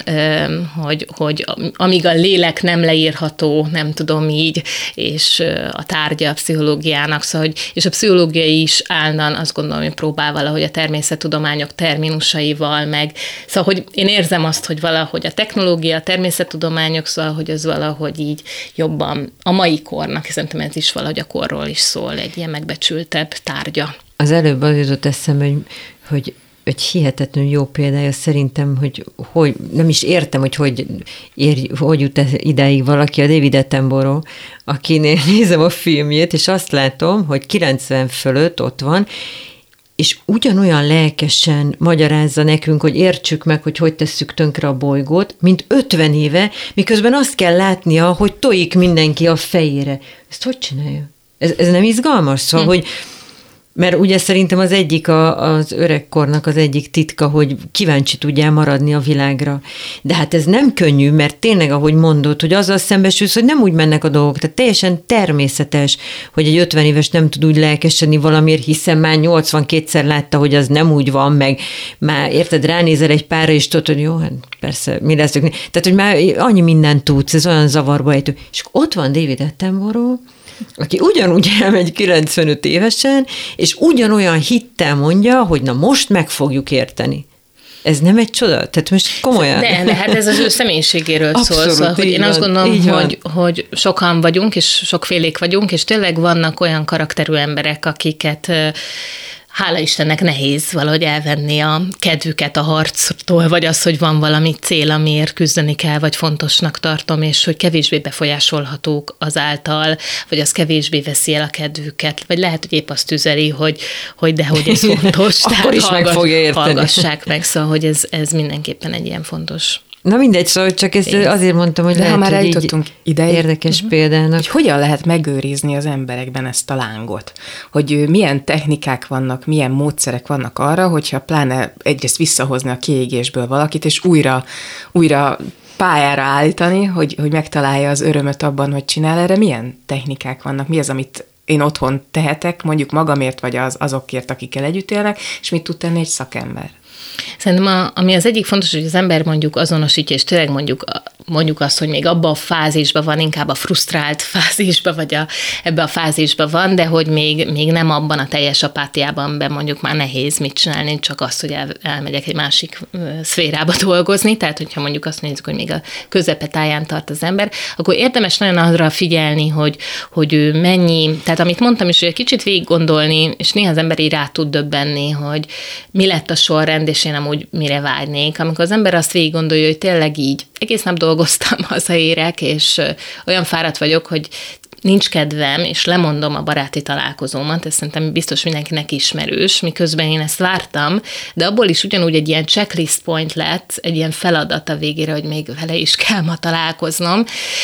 hogy amíg a lélek nem leírható, nem tudom így, és a tárgya a pszichológiának, szóval, és a pszichológia is állandóan azt gondolom, hogy próbál valahogy a természettudományok terminusaival meg. Szóval, hogy én érzem azt, hogy valahogy a technológia, a természettudományok, szóval, hogy az valahogy így jobban a mai kornak, szerintem ez is valahogy a korról is szól, egy ilyen megbecsültebb tárgya. Az előbb az jutott eszembe, hogy egy hihetetlenül jó példája szerintem, hogy nem is értem, hogy jut idáig valaki, a David Attenborough, akinél nézem a filmjét, és azt látom, hogy 90 fölött ott van, és ugyanolyan lelkesen magyarázza nekünk, hogy értsük meg, hogy tesszük tönkre a bolygót, mint 50 éve, miközben azt kell látnia, hogy tojik mindenki a fejére. Ezt hogy csinálja? Ez nem izgalmas? Szóval, hogy mert ugye szerintem az egyik az öregkornak az egyik titka, hogy kíváncsi tudjál maradni a világra. De hát ez nem könnyű, mert tényleg, ahogy mondod, hogy azzal szembesülsz, hogy nem úgy mennek a dolgok. Tehát teljesen természetes, hogy egy 50 éves nem tud úgy lelkesedni valamiért, hiszen már 82-szer látta, hogy az nem úgy van, meg már érted, ránézel egy párra, és tudod, hogy jó, hát persze, mi leszünk. Tehát, hogy már annyi mindent tudsz, ez olyan zavarba ejtő. És ott van David Attenborough, aki ugyanúgy elmegy 95 évesen, és ugyanolyan hittel mondja, hogy na most meg fogjuk érteni. Ez nem egy csoda? Tehát most komolyan. De hát ez az ő személyiségéről szól. Szóval, hogy én azt gondolom, hogy sokan vagyunk, és sokfélék vagyunk, és tényleg vannak olyan karakterű emberek, akiket hála Istennek nehéz valahogy elvenni a kedvüket a harctól, vagy az, hogy van valami cél, amiért küzdeni kell, vagy fontosnak tartom, és hogy kevésbé befolyásolhatók azáltal, vagy az kevésbé veszi el a kedvüket, vagy lehet, hogy épp azt üzeli, hogy dehogy ez fontos. Akkor is meg fogja érteni. Hallgassák meg, szóval, hogy ez mindenképpen egy ilyen fontos. Na mindegy, szóval csak ezt azért mondtam, hogy lehet, már hogy eljutottunk ide érdekes példának. Hogy hogyan lehet megőrizni az emberekben ezt a lángot? Hogy milyen technikák vannak, milyen módszerek vannak arra, hogyha pláne egyrészt visszahozni a kiégésből valakit, és újra pályára állítani, hogy megtalálja az örömöt abban, hogy csinál. Erre milyen technikák vannak? Mi az, amit én otthon tehetek, mondjuk magamért, vagy azokért, akikkel együtt élnek, és mit tud tenni egy szakember? Szerintem ami az egyik fontos, hogy az ember mondjuk azonosítja, és tényleg mondjuk azt, hogy még abban a fázisban van, inkább a frusztrált fázisban, vagy ebbe a fázisban van, de hogy még nem abban a teljes apátiában, be mondjuk már nehéz mit csinálni, csak azt, hogy elmegyek egy másik szférába dolgozni, tehát hogyha mondjuk azt nézzük, hogy még a közepetáján tart az ember, akkor érdemes nagyon arra figyelni, hogy ő mennyi, tehát amit mondtam is, hogy egy kicsit végig gondolni, és néha az ember így rá tud döbbenni, hogy mi lett a sorrend, és én amúgy mire vágynék. Amikor az ember azt végig gondolja, hogy tényleg így egész nap dolgoztam, hazaérek, és olyan fáradt vagyok, hogy nincs kedvem, és lemondom a baráti találkozómat, ez szerintem biztos mindenkinek ismerős, miközben én ezt vártam, de abból is ugyanúgy egy ilyen checklist point lett, egy ilyen feladat a végére, hogy még vele is kell ma találkoznom,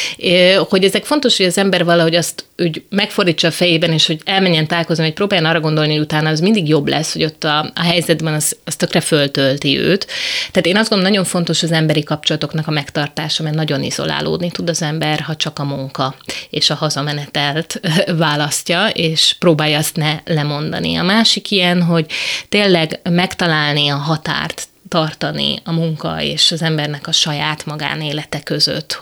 hogy ezek fontos, hogy az ember valahogy azt úgy megfordítsa a fejében, és hogy elmenjen találkozni, hogy próbáljon arra gondolni, hogy utána az mindig jobb lesz, hogy ott a helyzetben az tökre föltölti őt. Tehát én azt gondolom, nagyon fontos az emberi kapcsolatoknak a megtartása, mert nagyon izolálódni tud az ember, ha csak a munka és a hazamenetelt választja, és próbálja azt ne lemondani. A másik ilyen, hogy tényleg megtalálni a határt, tartani a munka és az embernek a saját magánélete között,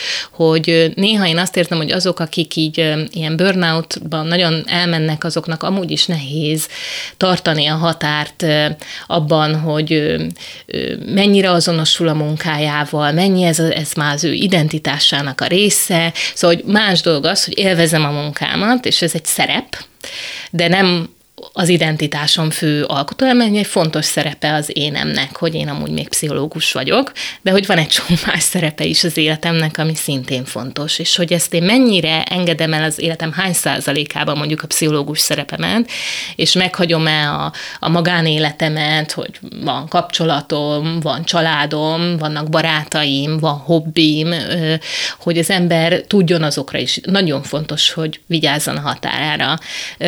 hogy néha én azt érzem, hogy azok, akik így ilyen burnoutban nagyon elmennek, azoknak amúgy is nehéz tartani a határt abban, hogy mennyire azonosul a munkájával, mennyi ez már az ő identitásának a része, szóval hogy más dolog az, hogy élvezem a munkámat, és ez egy szerep, de nem az identitásom fő alkotóeleme, egy fontos szerepe az énemnek, hogy én amúgy még pszichológus vagyok, de hogy van egy csomó más szerepe is az életemnek, ami szintén fontos, és hogy ezt én mennyire engedem el az életem hány százalékában mondjuk a pszichológus szerepemet, és meghagyom-e a magánéletemet, hogy van kapcsolatom, van családom, vannak barátaim, van hobbim, hogy az ember tudjon azokra is. Nagyon fontos, hogy vigyázzon a határára.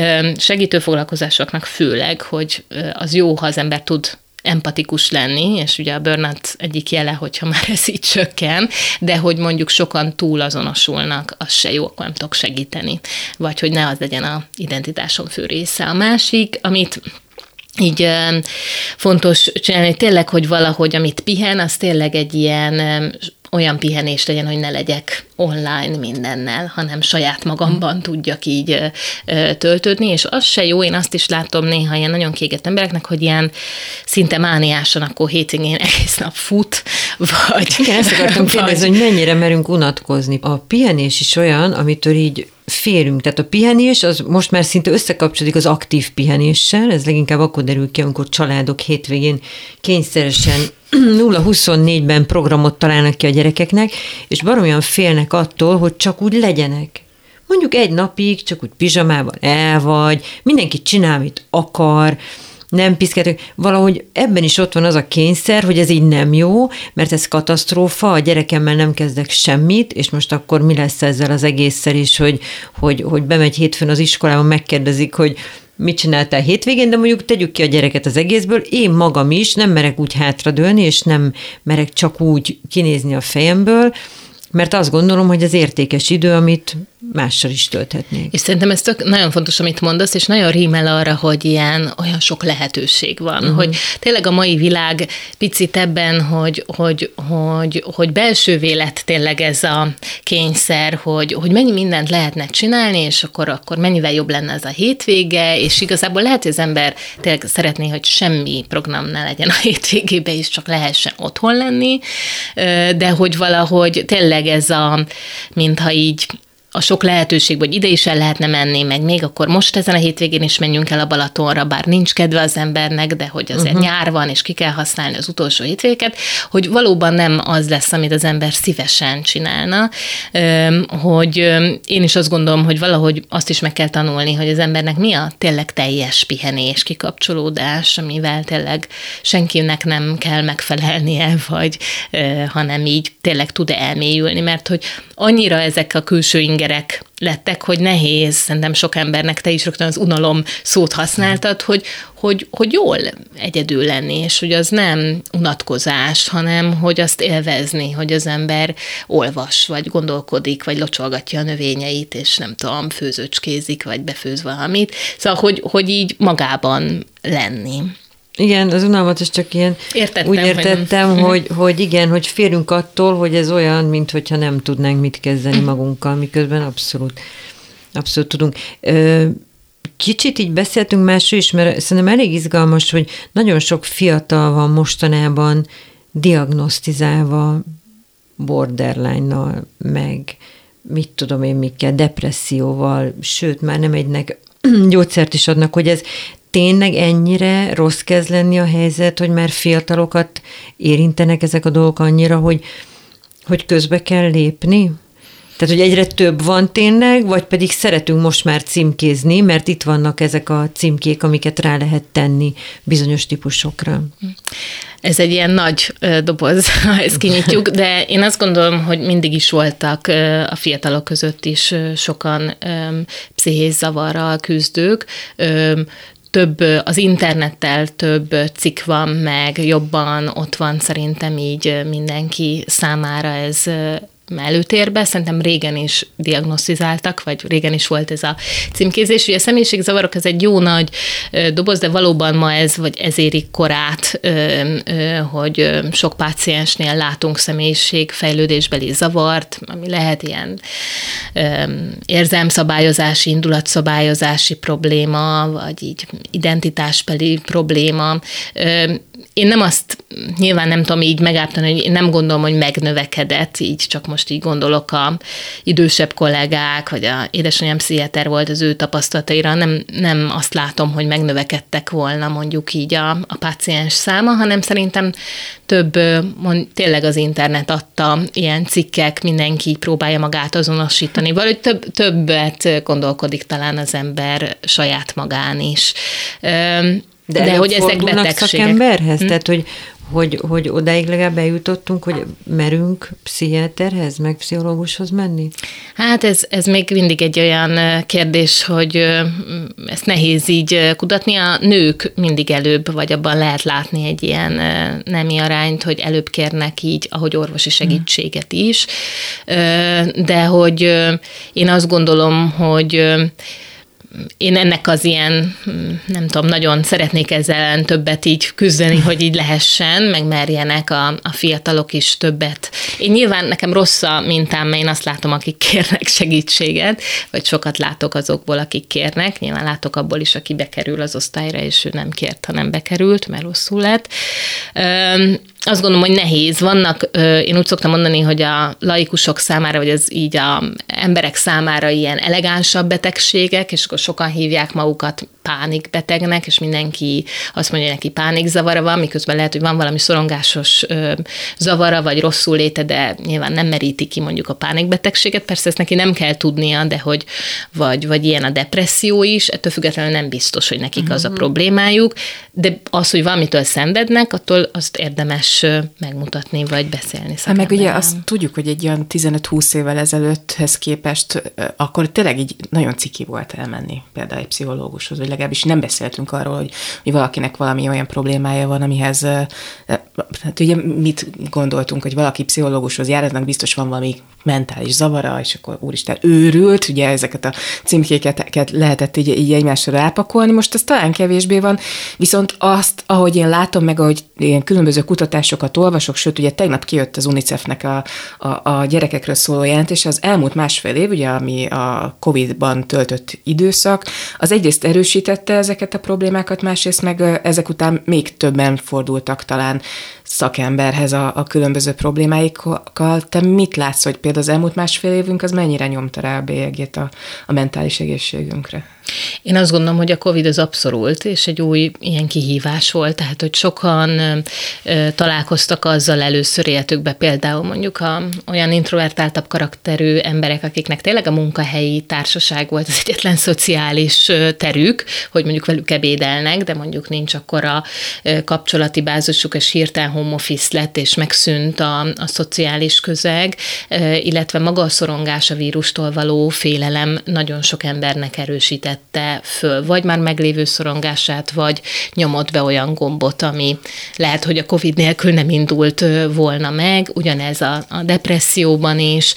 Segítő foglalkozásoknak főleg, hogy az jó, ha az ember tud empatikus lenni, és ugye a burnout egyik jele, hogyha már ez így csökken, de hogy mondjuk sokan túl azonosulnak, az se jó, akkor nem tudok segíteni. Vagy hogy ne az legyen a identitásom fő része. A másik, amit így fontos csinálni, tényleg, hogy valahogy, amit pihen, az tényleg egy ilyen olyan pihenés legyen, hogy ne legyek online mindennel, hanem saját magamban tudjak így töltődni, és az se jó, én azt is látom néha ilyen nagyon kiégett embereknek, hogy ilyen szinte mániásan akkor hétvégén egész nap fut, vagy... Igen, ezt akartam kérdezni, hogy mennyire merünk unatkozni. A pihenés is olyan, amitől így félünk. Tehát a pihenés az most már szinte összekapcsolódik az aktív pihenéssel, ez leginkább akkor derül ki, amikor családok hétvégén kényszeresen 0-24-ben programot találnak ki a gyerekeknek, és baromyan félnek attól, hogy csak úgy legyenek. Mondjuk egy napig csak úgy pizsamában el vagy, mindenki csinál, amit akar, nem piszkáltak. Valahogy ebben is ott van az a kényszer, hogy ez így nem jó, mert ez katasztrófa, a gyerekemmel nem kezdek semmit, és most akkor mi lesz ezzel az egésszel is, hogy bemegy hétfőn az iskolában, megkérdezik, hogy mit csináltál hétvégén, de mondjuk tegyük ki a gyereket az egészből, én magam is nem merek úgy hátradőlni, és nem merek csak úgy kinézni a fejemből, mert azt gondolom, hogy az értékes idő, amit mással is tölthetnék. És szerintem ez nagyon fontos, amit mondasz, és nagyon rímel arra, hogy olyan sok lehetőség van, hogy tényleg a mai világ picit ebben, hogy belsővé lett tényleg ez a kényszer, hogy mennyi mindent lehetne csinálni, és akkor mennyivel jobb lenne ez a hétvége, és igazából lehet, hogy az ember tényleg szeretné, hogy semmi program ne legyen a hétvégében, és csak lehessen otthon lenni, de hogy valahogy tényleg ez mintha így a sok lehetőség, hogy ide is el lehetne menni, meg még akkor most ezen a hétvégén is menjünk el a Balatonra, bár nincs kedve az embernek, de hogy azért nyár van, és ki kell használni az utolsó hétvégét, hogy valóban nem az lesz, amit az ember szívesen csinálna, hogy én is azt gondolom, hogy valahogy azt is meg kell tanulni, hogy az embernek mi a tényleg teljes pihenés, kikapcsolódás, amivel tényleg senkinek nem kell megfelelnie, vagy hanem így tényleg tud elmélyülni, mert hogy annyira ezek a külső ingerek lettek, hogy nehéz, szerintem sok embernek, te is rögtön az unalom szót használtad, hogy jól egyedül lenni, és hogy az nem unatkozás, hanem hogy azt élvezni, hogy az ember olvas, vagy gondolkodik, vagy locsolgatja a növényeit, és nem tudom, főzőcskézik, vagy befőz valamit. Szóval, hogy így magában lenni. Igen, az unalmat is csak ilyen úgy értettem, hogy igen, hogy félünk attól, hogy ez olyan, mintha nem tudnánk mit kezdeni magunkkal, miközben abszolút tudunk. Kicsit így beszéltünk másról is, mert szerintem elég izgalmas, hogy nagyon sok fiatal van mostanában diagnosztizálva borderline-nal, meg mit tudom én mikkel, depresszióval, sőt, már nem egynek gyógyszert is adnak, hogy ez tényleg ennyire rossz kezd lenni a helyzet, hogy már fiatalokat érintenek ezek a dolgok annyira, hogy közbe kell lépni? Tehát, hogy egyre több van tényleg, vagy pedig szeretünk most már címkézni, mert itt vannak ezek a címkék, amiket rá lehet tenni bizonyos típusokra. Ez egy ilyen nagy doboz, ha ezt kinyitjuk, de én azt gondolom, hogy mindig is voltak a fiatalok között is sokan pszichés zavarral küzdők, több az internettel több cikk van, meg jobban ott van szerintem így mindenki számára ez előtérbe. Szerintem régen is diagnosztizáltak, vagy régen is volt ez a címkézés. Ugye a személyiségzavarok, ez egy jó nagy doboz, de valóban ma vagy ez érik korát, hogy sok páciensnél látunk személyiségfejlődésbeli zavart, ami lehet ilyen érzelmszabályozási, indulatszabályozási probléma, vagy így identitásbeli probléma. Én nem azt, nyilván nem tudom így megállapítani, hogy én nem gondolom, hogy megnövekedett, így csak most így gondolok a idősebb kollégák, vagy a édesanyám pszichiáter volt, az ő tapasztalataira, nem azt látom, hogy megnövekedtek volna mondjuk így a páciens száma, hanem szerintem több, tényleg az internet adta ilyen cikkek, mindenki próbálja magát azonosítani, vagy többet gondolkodik talán az ember saját magán is. De hogy ezek betegségek. Szakemberhez? Tehát, hogy odáig legalább eljutottunk, hogy merünk pszichiáterhez, meg pszichológushoz menni? Hát ez még mindig egy olyan kérdés, hogy ezt nehéz így kutatni. A nők mindig előbb, vagy abban lehet látni egy ilyen nemi arányt, hogy előbb kérnek így, ahogy orvosi segítséget is. De hogy én azt gondolom, hogy én ennek az ilyen, nem tudom, nagyon szeretnék ezzel többet így küzdeni, hogy így lehessen, meg merjenek a fiatalok is többet. Én nyilván nekem rossz a mintám, mert én azt látom, akik kérnek segítséget, vagy sokat látok azokból, akik kérnek. Nyilván látok abból is, aki bekerül az osztályra, és ő nem kért, hanem bekerült, mert rosszul lett. Azt gondolom, hogy nehéz. Vannak, én úgy szoktam mondani, hogy a laikusok számára, vagy az így a emberek számára ilyen elegánsabb betegségek, és akkor sokan hívják magukat pánikbetegnek, és mindenki azt mondja, hogy neki pánikzavara van, miközben lehet, hogy van valami szorongásos zavara, vagy rosszul léte, de nyilván nem meríti ki mondjuk a pánikbetegséget. Persze ezt neki nem kell tudnia, de hogy vagy ilyen a depresszió is, ettől függetlenül nem biztos, hogy nekik az a problémájuk, de az, hogy valamitől szenvednek, attól azt érdemes megmutatni, vagy beszélni szakemberrel. Meg ugye azt tudjuk, hogy egy olyan 15-20 évvel ezelőtthez képest, akkor tényleg így nagyon ciki volt elmenni például egy pszichológushoz, vagy legalábbis nem beszéltünk arról, hogy valakinek valami olyan problémája van, amihez, hát ugye mit gondoltunk, hogy valaki pszichológushoz jár, eznek biztos van valami mentális zavara, és akkor úristen őrült, ugye ezeket a címkéket lehetett így egymásra rápakolni, most ez talán kevésbé van, viszont azt, ahogy én látom, meg ahogy én különböző kutatásokat olvasok, sőt, ugye tegnap kijött az UNICEF-nek a gyerekekről szóló jelentés, az elmúlt másfél év, ugye, ami a Covid-ban töltött időszak, az egyrészt erősítette ezeket a problémákat, másrészt meg ezek után még többen fordultak talán szakemberhez a különböző problémáikkal. Te mit látsz, hogy például az elmúlt másfél évünk az mennyire nyomta rá a bélyegét a mentális egészségünkre? Én azt gondolom, hogy a Covid az abszolút, és egy új ilyen kihívás volt, tehát hogy sokan találkoztak azzal először életükbe, például mondjuk olyan introvertáltabb karakterű emberek, akiknek tényleg a munkahelyi társaság volt az egyetlen szociális terük, hogy mondjuk velük ebédelnek, de mondjuk nincs akkora kapcsolati bázisuk, és hirtelen home office lett, és megszűnt a szociális közeg, illetve maga a szorongás, a vírustól való félelem nagyon sok embernek erősítette föl, vagy már meglévő szorongását, vagy nyomott be olyan gombot, ami lehet, hogy a Covid nélkül nem indult volna meg, ugyanez a depresszióban is.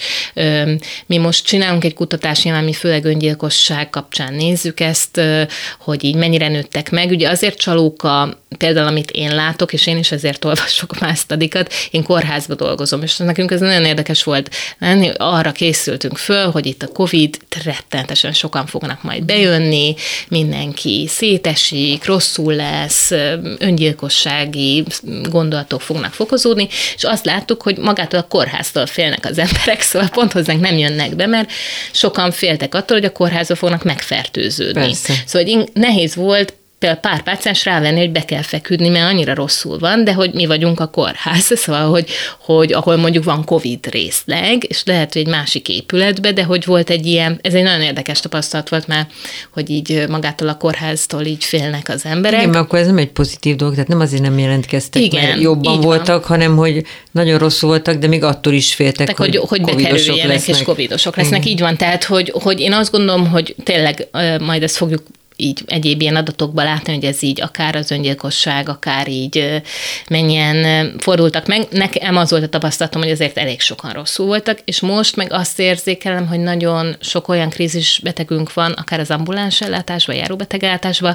Mi most csinálunk egy kutatást, nyilván mi főleg öngyilkosság kapcsán nézzük ezt, hogy így mennyire nőttek meg. Ugye azért csalóka, például amit én látok, és én is ezért olvasok már sztadikat, én kórházba dolgozom, és nekünk ez nagyon érdekes volt lenni, arra készültünk föl, hogy itt a Covid, rettenetesen sokan fognak majd bejönni, mindenki szétesik, rosszul lesz, öngyilkossági gondolatok fognak fokozódni, és azt láttuk, hogy magától a kórháztól félnek az emberek, szóval pont hozzánk nem jönnek be, mert sokan féltek attól, hogy a kórházba fognak megfertőződni. Persze. Szóval nehéz volt például pár páciens rávenni, hogy be kell feküdni, mert annyira rosszul van, de hogy mi vagyunk a kórház, szóval, hogy ahol mondjuk van Covid részleg, és lehet, hogy egy másik épületbe, de hogy volt egy ilyen, ez egy nagyon érdekes tapasztalat volt már, hogy így magától a kórháztól így félnek az emberek. Igen, mert akkor ez nem egy pozitív dolog, tehát nem azért nem jelentkeztek, igen, mert jobban voltak, hanem hogy nagyon rosszul voltak, de még attól is féltek, hogy bekerüljenek és covidosok lesznek. Így van, tehát hogy én azt gondolom, hogy tényleg majd ezt fogjuk így egyéb ilyen adatokban látni, hogy ez így akár az öngyilkosság, akár így mennyien fordultak meg. Nekem az volt a tapasztalatom, hogy azért elég sokan rosszul voltak, és most meg azt érzékelem, hogy nagyon sok olyan krízis betegünk van, akár az ambuláns ellátásban, járóbetegellátásban,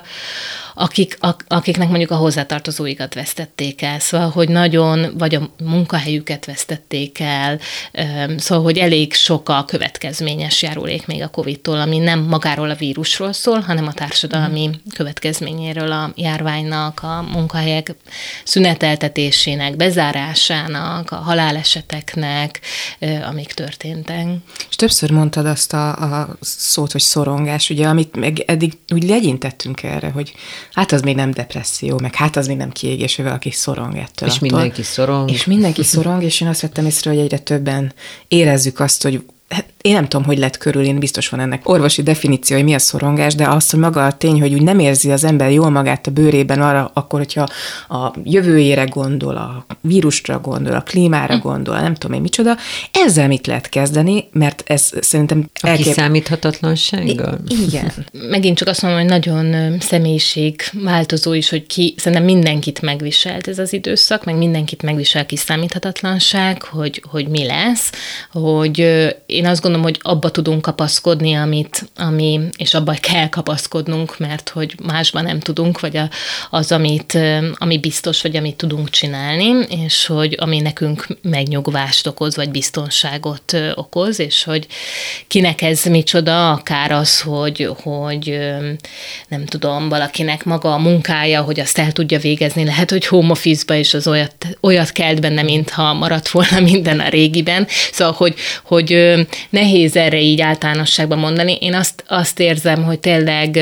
akiknek mondjuk a hozzátartozóikat vesztették el, szóval, hogy nagyon, vagy a munkahelyüket vesztették el, szóval, hogy elég sok a következményes járulék még a Covid-tól, ami nem magáról a vírusról szól, hanem a társadalmi következményéről a járványnak, a munkahelyek szüneteltetésének, bezárásának, a haláleseteknek, amik történtek. És többször mondtad azt a szót, hogy szorongás, ugye, amit meg eddig úgy legyintettünk erre, hogy hát az még nem depresszió, meg hát az még nem kiégés, hogy valaki szorong ettől. És mindenki szorong. És mindenki szorong, és én azt vettem észre, hogy egyre többen érezzük azt, hogy hát én nem tudom, hogy lett körül, én biztos van ennek orvosi definíció, hogy mi a szorongás, de azt, hogy maga a tény, hogy úgy nem érzi az ember jól magát a bőrében arra, akkor, hogyha a jövőjére gondol, a vírusra gondol, a klímára gondol, nem tudom én micsoda, ezzel mit lehet kezdeni, mert ez szerintem a kiszámíthatatlansággal? Igen. Megint csak azt mondom, hogy nagyon személyiségváltozó is, hogy szerintem mindenkit megviselt ez az időszak, meg mindenkit megvisel kiszámíthatatlanság, hogy mi lesz, hogy én azt gondolom, hogy abba tudunk kapaszkodni, és abba kell kapaszkodnunk, mert hogy másban nem tudunk, vagy az, ami biztos, vagy amit tudunk csinálni, és hogy ami nekünk megnyugvást okoz, vagy biztonságot okoz, és hogy kinek ez micsoda, akár az, hogy nem tudom, valakinek maga a munkája, hogy azt el tudja végezni, lehet, hogy home office-ba is az olyat kelt benne, mintha maradt volna minden a régiben, szóval, hogy nehéz erre így általánosságban mondani. Én azt érzem, hogy tényleg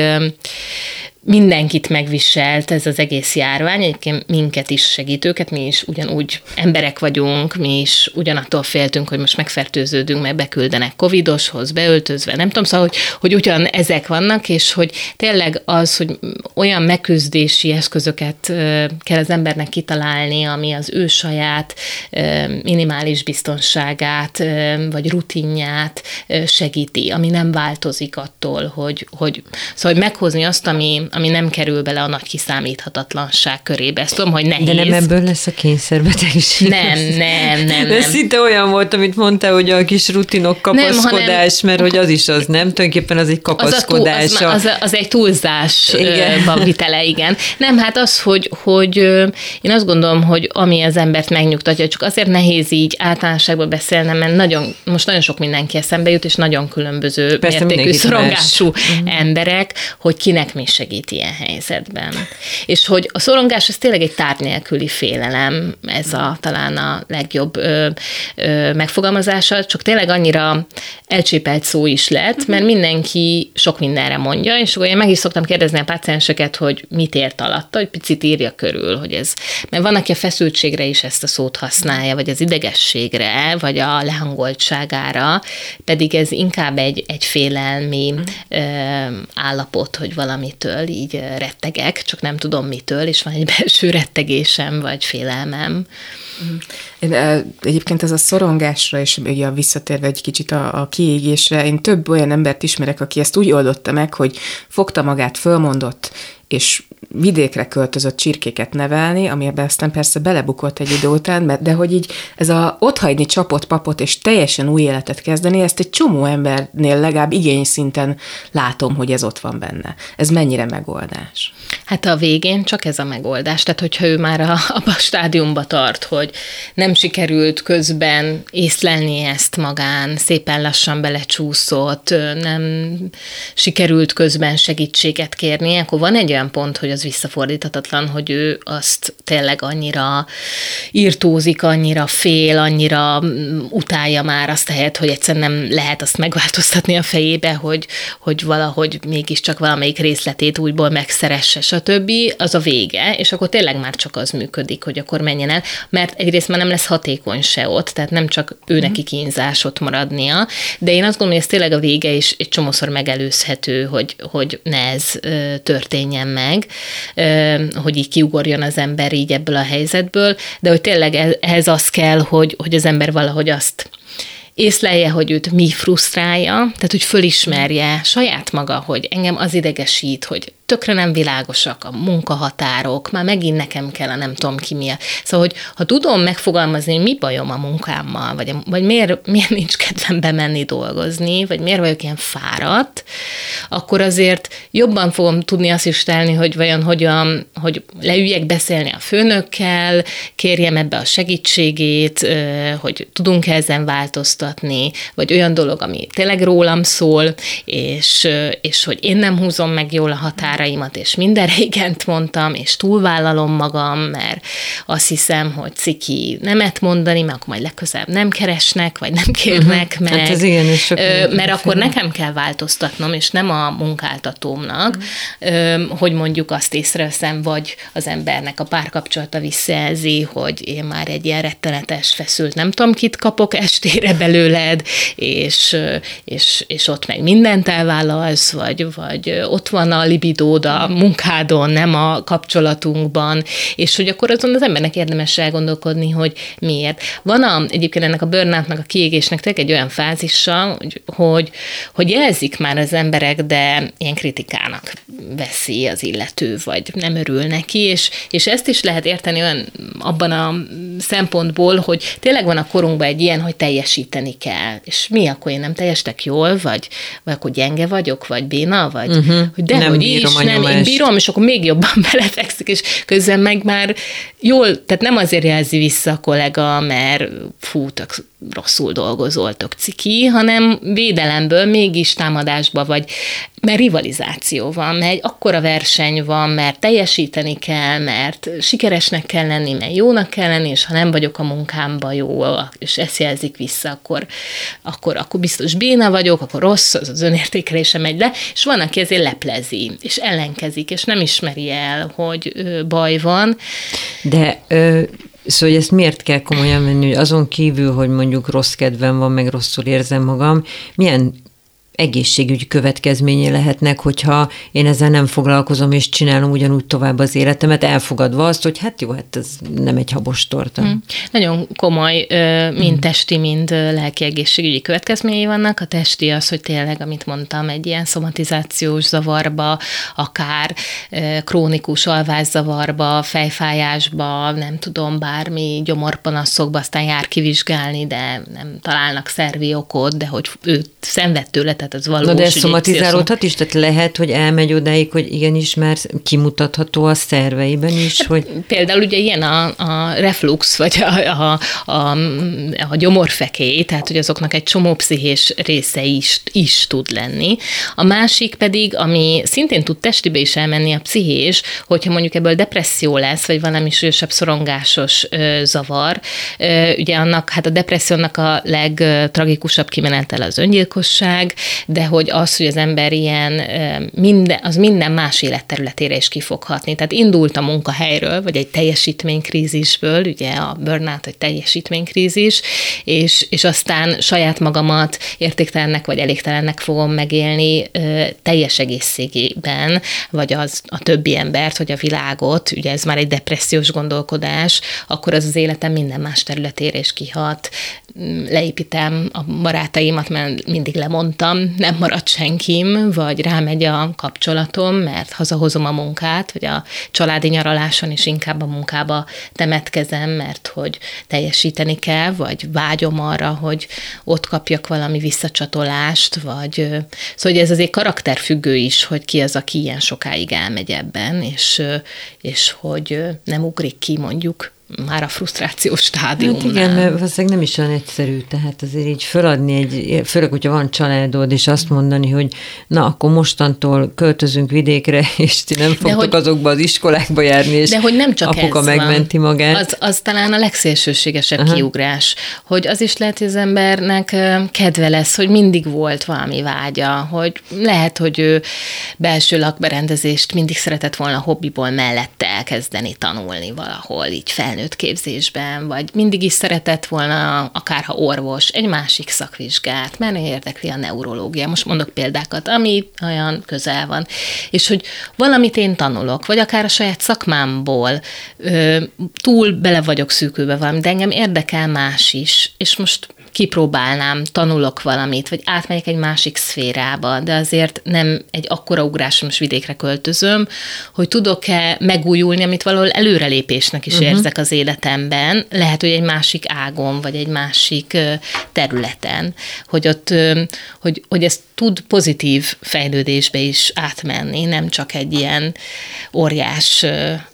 mindenkit megviselt ez az egész járvány, egyébként minket is segítőket, mi is ugyanúgy emberek vagyunk, mi is ugyanattól féltünk, hogy most megfertőződünk, mert beküldenek covidoshoz, beöltözve, nem tudom, szóval, hogy ugyan ezek vannak, és hogy tényleg az, hogy olyan megküzdési eszközöket kell az embernek kitalálni, ami az ő saját minimális biztonságát, vagy rutinját segíti, ami nem változik attól, hogy meghozni azt, ami ami nem kerül bele a nagy kiszámíthatatlanság körébe. Ezt tudom, hogy nehéz. De nem ebből lesz a kényszerbetegség. Nem. De szinte olyan volt, amit mondtál, hogy a kis rutinok kapaszkodás, mert hogy az is az, nem? Tulajdonképpen az egy kapaszkodás. Az egy túlzásba vitele, igen. Nem, hát az, hogy én azt gondolom, hogy ami az embert megnyugtatja, csak azért nehéz így általánosságban beszélnem, mert most nagyon sok mindenki eszembe jut, és nagyon különböző mértékű szorongású emberek, hogy kinek mi segít ilyen helyzetben. És hogy a szorongás az tényleg egy tárgy nélküli félelem, ez talán a legjobb megfogalmazása, csak tényleg annyira elcsépelt szó is lett, mert mindenki sok mindenre mondja, és akkor én meg is szoktam kérdezni a pácienseket, hogy mit ért alatta, hogy picit írja körül, hogy ez, mert van, aki a feszültségre is ezt a szót használja, vagy az idegességre, vagy a lehangoltságára, pedig ez inkább egy félelmi állapot, hogy valamitől így rettegek, csak nem tudom mitől, és van egy belső rettegésem, vagy félelmem. Egyébként ez a szorongásra, és ugye visszatérve egy kicsit a kiégésre, én több olyan embert ismerek, aki ezt úgy oldotta meg, hogy fogta magát, fölmondott, és vidékre költözött csirkéket nevelni, amiben aztán persze belebukott egy idő után, de hogy így ez a otthagyni csapott papot, és teljesen új életet kezdeni, ezt egy csomó embernél legalább igényszinten látom, hogy ez ott van benne. Ez mennyire megoldás? Hát a végén csak ez a megoldás. Tehát, hogyha ő már abba a stádiumba tart, hogy nem sikerült közben észlelni ezt magán, szépen lassan belecsúszott, nem sikerült közben segítséget kérni, akkor van egy olyan pont, hogy az visszafordíthatatlan, hogy ő azt tényleg annyira írtózik, annyira fél, annyira utálja már azt a helyet, hogy egyszerűen nem lehet azt megváltoztatni a fejébe, hogy valahogy mégiscsak valamelyik részletét újból megszeresse, stb. Az a vége, és akkor tényleg már csak az működik, hogy akkor menjen el, mert egyrészt már nem lesz hatékony se ott, tehát nem csak ő neki kínzás ott maradnia, de én azt gondolom, hogy ez tényleg a vége, és egy csomószor megelőzhető, hogy ne ez történjen meg, hogy így kiugorjon az ember így ebből a helyzetből, de hogy tényleg ehhez az kell, hogy az ember valahogy azt észlelje, hogy őt mi frusztrálja, tehát hogy fölismerje saját maga, hogy engem az idegesít, hogy tökre nem világosak a munkahatárok, már megint nekem kell a nem tudom ki miatt. Szóval, hogy ha tudom megfogalmazni, hogy mi bajom a munkámmal, vagy miért nincs kedvem bemenni dolgozni, vagy miért vagyok ilyen fáradt, akkor azért jobban fogom tudni asszisztálni, hogy vajon hogy leüljek beszélni a főnökkel, kérjem ebbe a segítségét, hogy tudunk ezen változtatni, vagy olyan dolog, ami tényleg rólam szól, és hogy én nem húzom meg jól a határaimat, és mindenre igent mondtam, és túlvállalom magam, mert azt hiszem, hogy ciki nemet mondani, mert akkor majd legközelebb nem keresnek, vagy nem kérnek meg, hát ez igen, mert akkor nekem kell változtatnom, és nem a munkáltatómnak, hogy mondjuk azt észreveszem, vagy az embernek a párkapcsolata visszajelzi, hogy én már egy ilyen rettenetes, feszült, nem tudom, kit kapok estére belőled, és ott meg mindent elvállalsz, vagy ott van a libidód a munkádon, nem a kapcsolatunkban, és hogy akkor azon az embernek érdemes elgondolkodni, hogy miért. Van egyébként ennek a burnoutnak, a kiégésnek tényleg egy olyan fázisa, hogy jelzik már az emberek, de ilyen kritikának veszi az illető, vagy nem örül neki, és ezt is lehet érteni olyan abban a szempontból, hogy tényleg van a korunkban egy ilyen, hogy teljesíteni kell. És mi, akkor én nem teljesítek jól, vagy akkor gyenge vagyok, vagy béna, vagy hogy dehogy is, nem, én bírom, és akkor még jobban belefekszik, és közben meg már jól, tehát nem azért jelzi vissza a kollega, mert tök rosszul dolgozol, tök ciki, hanem védelemből mégis támadásba vagy, mert rivalizáció van, mert egy akkora verseny van, mert teljesíteni kell, mert sikeresnek kell lenni, mert jónak kell lenni, és ha nem vagyok a munkámban jó, és ezt jelzik vissza, akkor biztos béna vagyok, akkor rossz, az önértékelése megy le, és van, aki ezért leplezi, és ellenkezik, és nem ismeri el, hogy baj van. De szóval, hogy ezt miért kell komolyan venni, hogy azon kívül, hogy mondjuk rossz kedvem van, meg rosszul érzem magam, milyen egészségügyi következménye lehetnek, hogyha én ezzel nem foglalkozom, és csinálom ugyanúgy tovább az életemet, elfogadva azt, hogy hát jó, hát ez nem egy habos torta. Nagyon komoly, mind testi, mind lelki egészségügyi következményei vannak. A testi az, hogy tényleg, amit mondtam, egy ilyen szomatizációs zavarba, akár krónikus alvászavarba, fejfájásba, nem tudom, bármi gyomorpanaszokba, aztán jár kivizsgálni, de nem találnak szervi okot, de hogy ő szenved tőle, tehát az valós. Na de ez szomatizálódhat is, tehát lehet, hogy elmegy odáig, hogy igenis már kimutatható a szerveiben is, hát, hogy... Például ugye ilyen a reflux, vagy a gyomorfekély, tehát hogy azoknak egy csomó pszichés része is tud lenni. A másik pedig, ami szintén tud testibe is elmenni, a pszichés, hogyha mondjuk ebből depresszió lesz, vagy valami súlyosabb szorongásos zavar, ugye annak, hát a depressziónak a legtragikusabb kimenetele az öngyilkosság, de hogy az, hogy az ember ilyen minden más életterületére is ki fog hatni. Tehát indult a munkahelyről, vagy egy teljesítménykrízisből, ugye a burnout egy teljesítménykrízis, és aztán saját magamat értéktelennek vagy elégtelennek fogom megélni teljes egészségében, vagy a többi embert, vagy a világot, ugye ez már egy depressziós gondolkodás, akkor az életem minden más területére is kihat. Leépítem a barátaimat, mert mindig lemondtam, nem marad senkim, vagy rámegy a kapcsolatom, mert hazahozom a munkát, vagy a családi nyaraláson is inkább a munkába temetkezem, mert hogy teljesíteni kell, vagy vágyom arra, hogy ott kapjak valami visszacsatolást, vagy szóval ez azért karakterfüggő is, hogy ki az, aki ilyen sokáig elmegy ebben, és hogy nem ugrik ki mondjuk már a frusztrációs stádiumnál. Hát igen, mert valószínűleg nem is olyan egyszerű, tehát azért így föladni főleg, hogyha van családod, és azt mondani, hogy na, akkor mostantól költözünk vidékre, és ti nem fogtok azokba az iskolákba járni, és de hogy nem csak apuka megmenti magát. Az talán a legszélsőségesebb kiugrás, hogy az is lehet, hogy az embernek kedve lesz, hogy mindig volt valami vágya, hogy lehet, hogy ő belső lakberendezést mindig szeretett volna hobbiból mellette elkezdeni tanulni valahol, így felnőtt képzésben, vagy mindig is szeretett volna, akárha orvos, egy másik szakvizsgát, mert érdekli a neurológia. Most mondok példákat, ami olyan közel van. És hogy valamit én tanulok, vagy akár a saját szakmámból túl bele vagyok szűkülve valami, de engem érdekel más is, és most kipróbálnám, tanulok valamit, vagy átmegyek egy másik szférába, de azért nem egy akkora ugrás, most vidékre költözöm, hogy tudok-e megújulni, amit valahol előrelépésnek is érzek az életemben, lehet, hogy egy másik ágon, vagy egy másik területen, hogy ott, hogy ez tud pozitív fejlődésbe is átmenni, nem csak egy ilyen óriás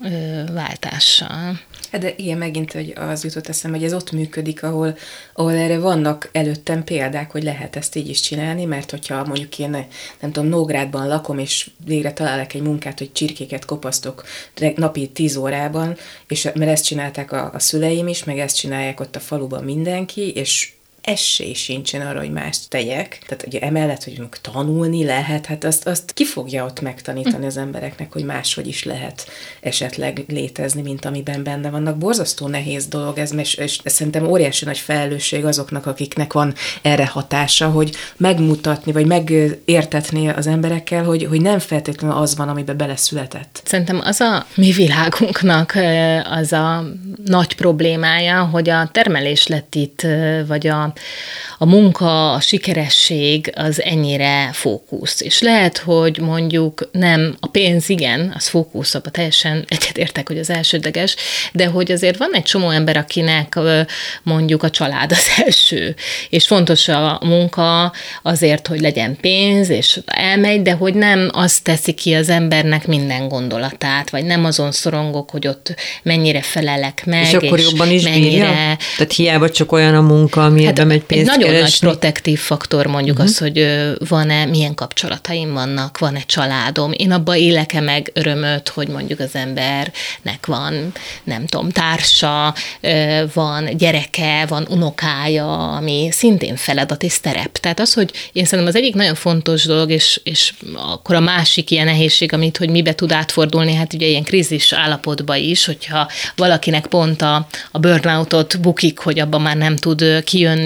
váltással. De igen, megint hogy az jutott eszembe, hogy ez ott működik, ahol erre vannak előttem példák, hogy lehet ezt így is csinálni, mert hogyha mondjuk én, nem tudom, Nógrádban lakom, és végre találok egy munkát, hogy csirkéket kopasztok napi 10 órában, és mert ezt csinálták a szüleim is, meg ezt csinálják ott a faluban mindenki, és esély sincsen arra, hogy mást tegyek. Tehát ugye emellett, hogy tanulni lehet, hát azt ki fogja ott megtanítani az embereknek, hogy máshogy is lehet esetleg létezni, mint amiben benne vannak. Borzasztó nehéz dolog ez, és szerintem óriási nagy felelősség azoknak, akiknek van erre hatása, hogy megmutatni, vagy megértetni az emberekkel, hogy nem feltétlenül az van, amiben beleszületett. Szerintem az a mi világunknak az a nagy problémája, hogy a termelés lett itt, vagy a munka, a sikeresség az ennyire fókusz. És lehet, hogy mondjuk nem, a pénz igen, az fókusz, abban teljesen egyetértek, hogy az elsődleges, de hogy azért van egy csomó ember, akinek mondjuk a család az első, és fontos a munka azért, hogy legyen pénz, és elmegy, de hogy nem azt teszi ki az embernek minden gondolatát, vagy nem azon szorongok, hogy ott mennyire felelek meg, és akkor jobban is mennyire... bírja? Tehát hiába csak olyan a munka, ami ebben megy pénzt egy nagyon keresni. nagy protektív faktor mondjuk az, hogy van-e, milyen kapcsolataim vannak, van-e családom. Én abban élek-e meg örömöt, hogy mondjuk az embernek van, nem tudom, társa, van gyereke, van unokája, ami szintén feladat és szerep. Tehát az, hogy én szerintem az egyik nagyon fontos dolog, és akkor a másik ilyen nehézség, amit, hogy mibe tud átfordulni, hát ugye ilyen krízis állapotba is, hogyha valakinek pont a burnoutot bukik, hogy abban már nem tud kijönni,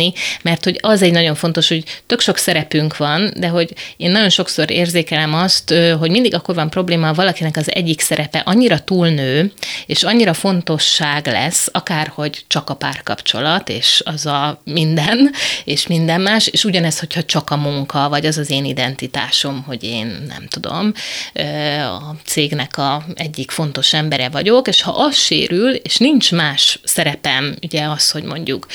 tenni, mert hogy az egy nagyon fontos, hogy tök sok szerepünk van, de hogy én nagyon sokszor érzékelem azt, hogy mindig akkor van probléma, valakinek az egyik szerepe annyira túlnő, és annyira fontosság lesz, akárhogy csak a párkapcsolat, és az a minden, és minden más, és ugyanez, hogyha csak a munka, vagy az az én identitásom, hogy én nem tudom, a cégnek a egyik fontos embere vagyok, és ha az sérül, és nincs más szerepem, ugye az, hogy mondjuk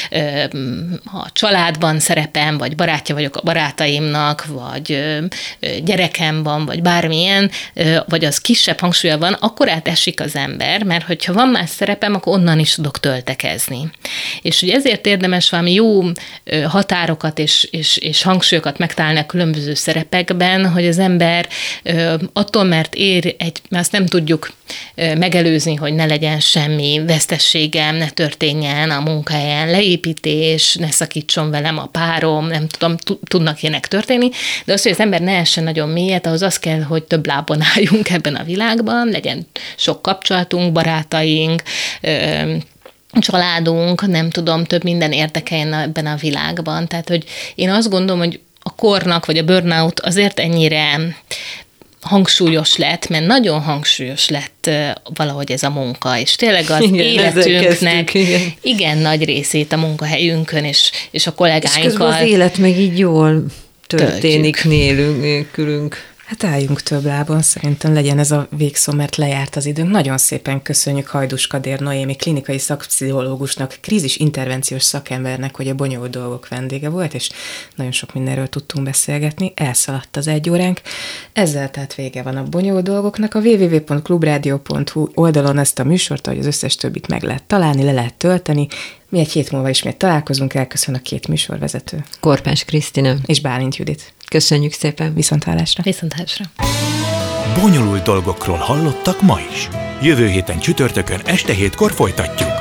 a családban szerepem, vagy barátja vagyok a barátaimnak, vagy gyerekem van, vagy bármilyen, vagy az kisebb hangsúlya van, akkor átesik az ember, mert hogyha van más szerepem, akkor onnan is tudok töltekezni. És ugye ezért érdemes valami jó határokat és hangsúlyokat megtalálni a különböző szerepekben, hogy az ember attól, mert mert azt nem tudjuk megelőzni, hogy ne legyen semmi vesztességem, ne történjen a munkahelyen leépítés, ne szakítson velem a párom, nem tudom, tudnak ilyenek történni, de az, hogy az ember ne essen nagyon mélyet, ahhoz az kell, hogy több lábon álljunk ebben a világban, legyen sok kapcsolatunk, barátaink, családunk, nem tudom, több minden érdekeljen ebben a világban. Tehát, hogy én azt gondolom, hogy a kornak, vagy a burnout azért ennyire hangsúlyos lett, mert nagyon hangsúlyos lett valahogy ez a munka, és tényleg az életünknek igen nagy részét a munkahelyünkön és a kollégáinkkal. És közben az élet meg így jól történik nélkülünk. Hát álljunk több lábon, szerintem legyen ez a végszó, mert lejárt az időnk. Nagyon szépen köszönjük Hajdús Kadér Noémi klinikai szakpszichológusnak, krízisintervenciós szakembernek, hogy a bonyolult dolgok vendége volt, és nagyon sok mindenről tudtunk beszélgetni. Elszaladt az 1 óránk. Ezzel tehát vége van a bonyolult dolgoknak. A www.clubradio.hu oldalon ezt a műsort, ahogy az összes többit meg lehet találni, le lehet tölteni. Mi egy hét múlva ismét találkozunk, elköszön a 2 műsorvezető. Korpás Krisztina. És Bálint Judit. Köszönjük szépen. Viszonthallásra. Viszonthallásra. Bonyolult dolgokról hallottak ma is. Jövő héten csütörtökön este 7-kor folytatjuk.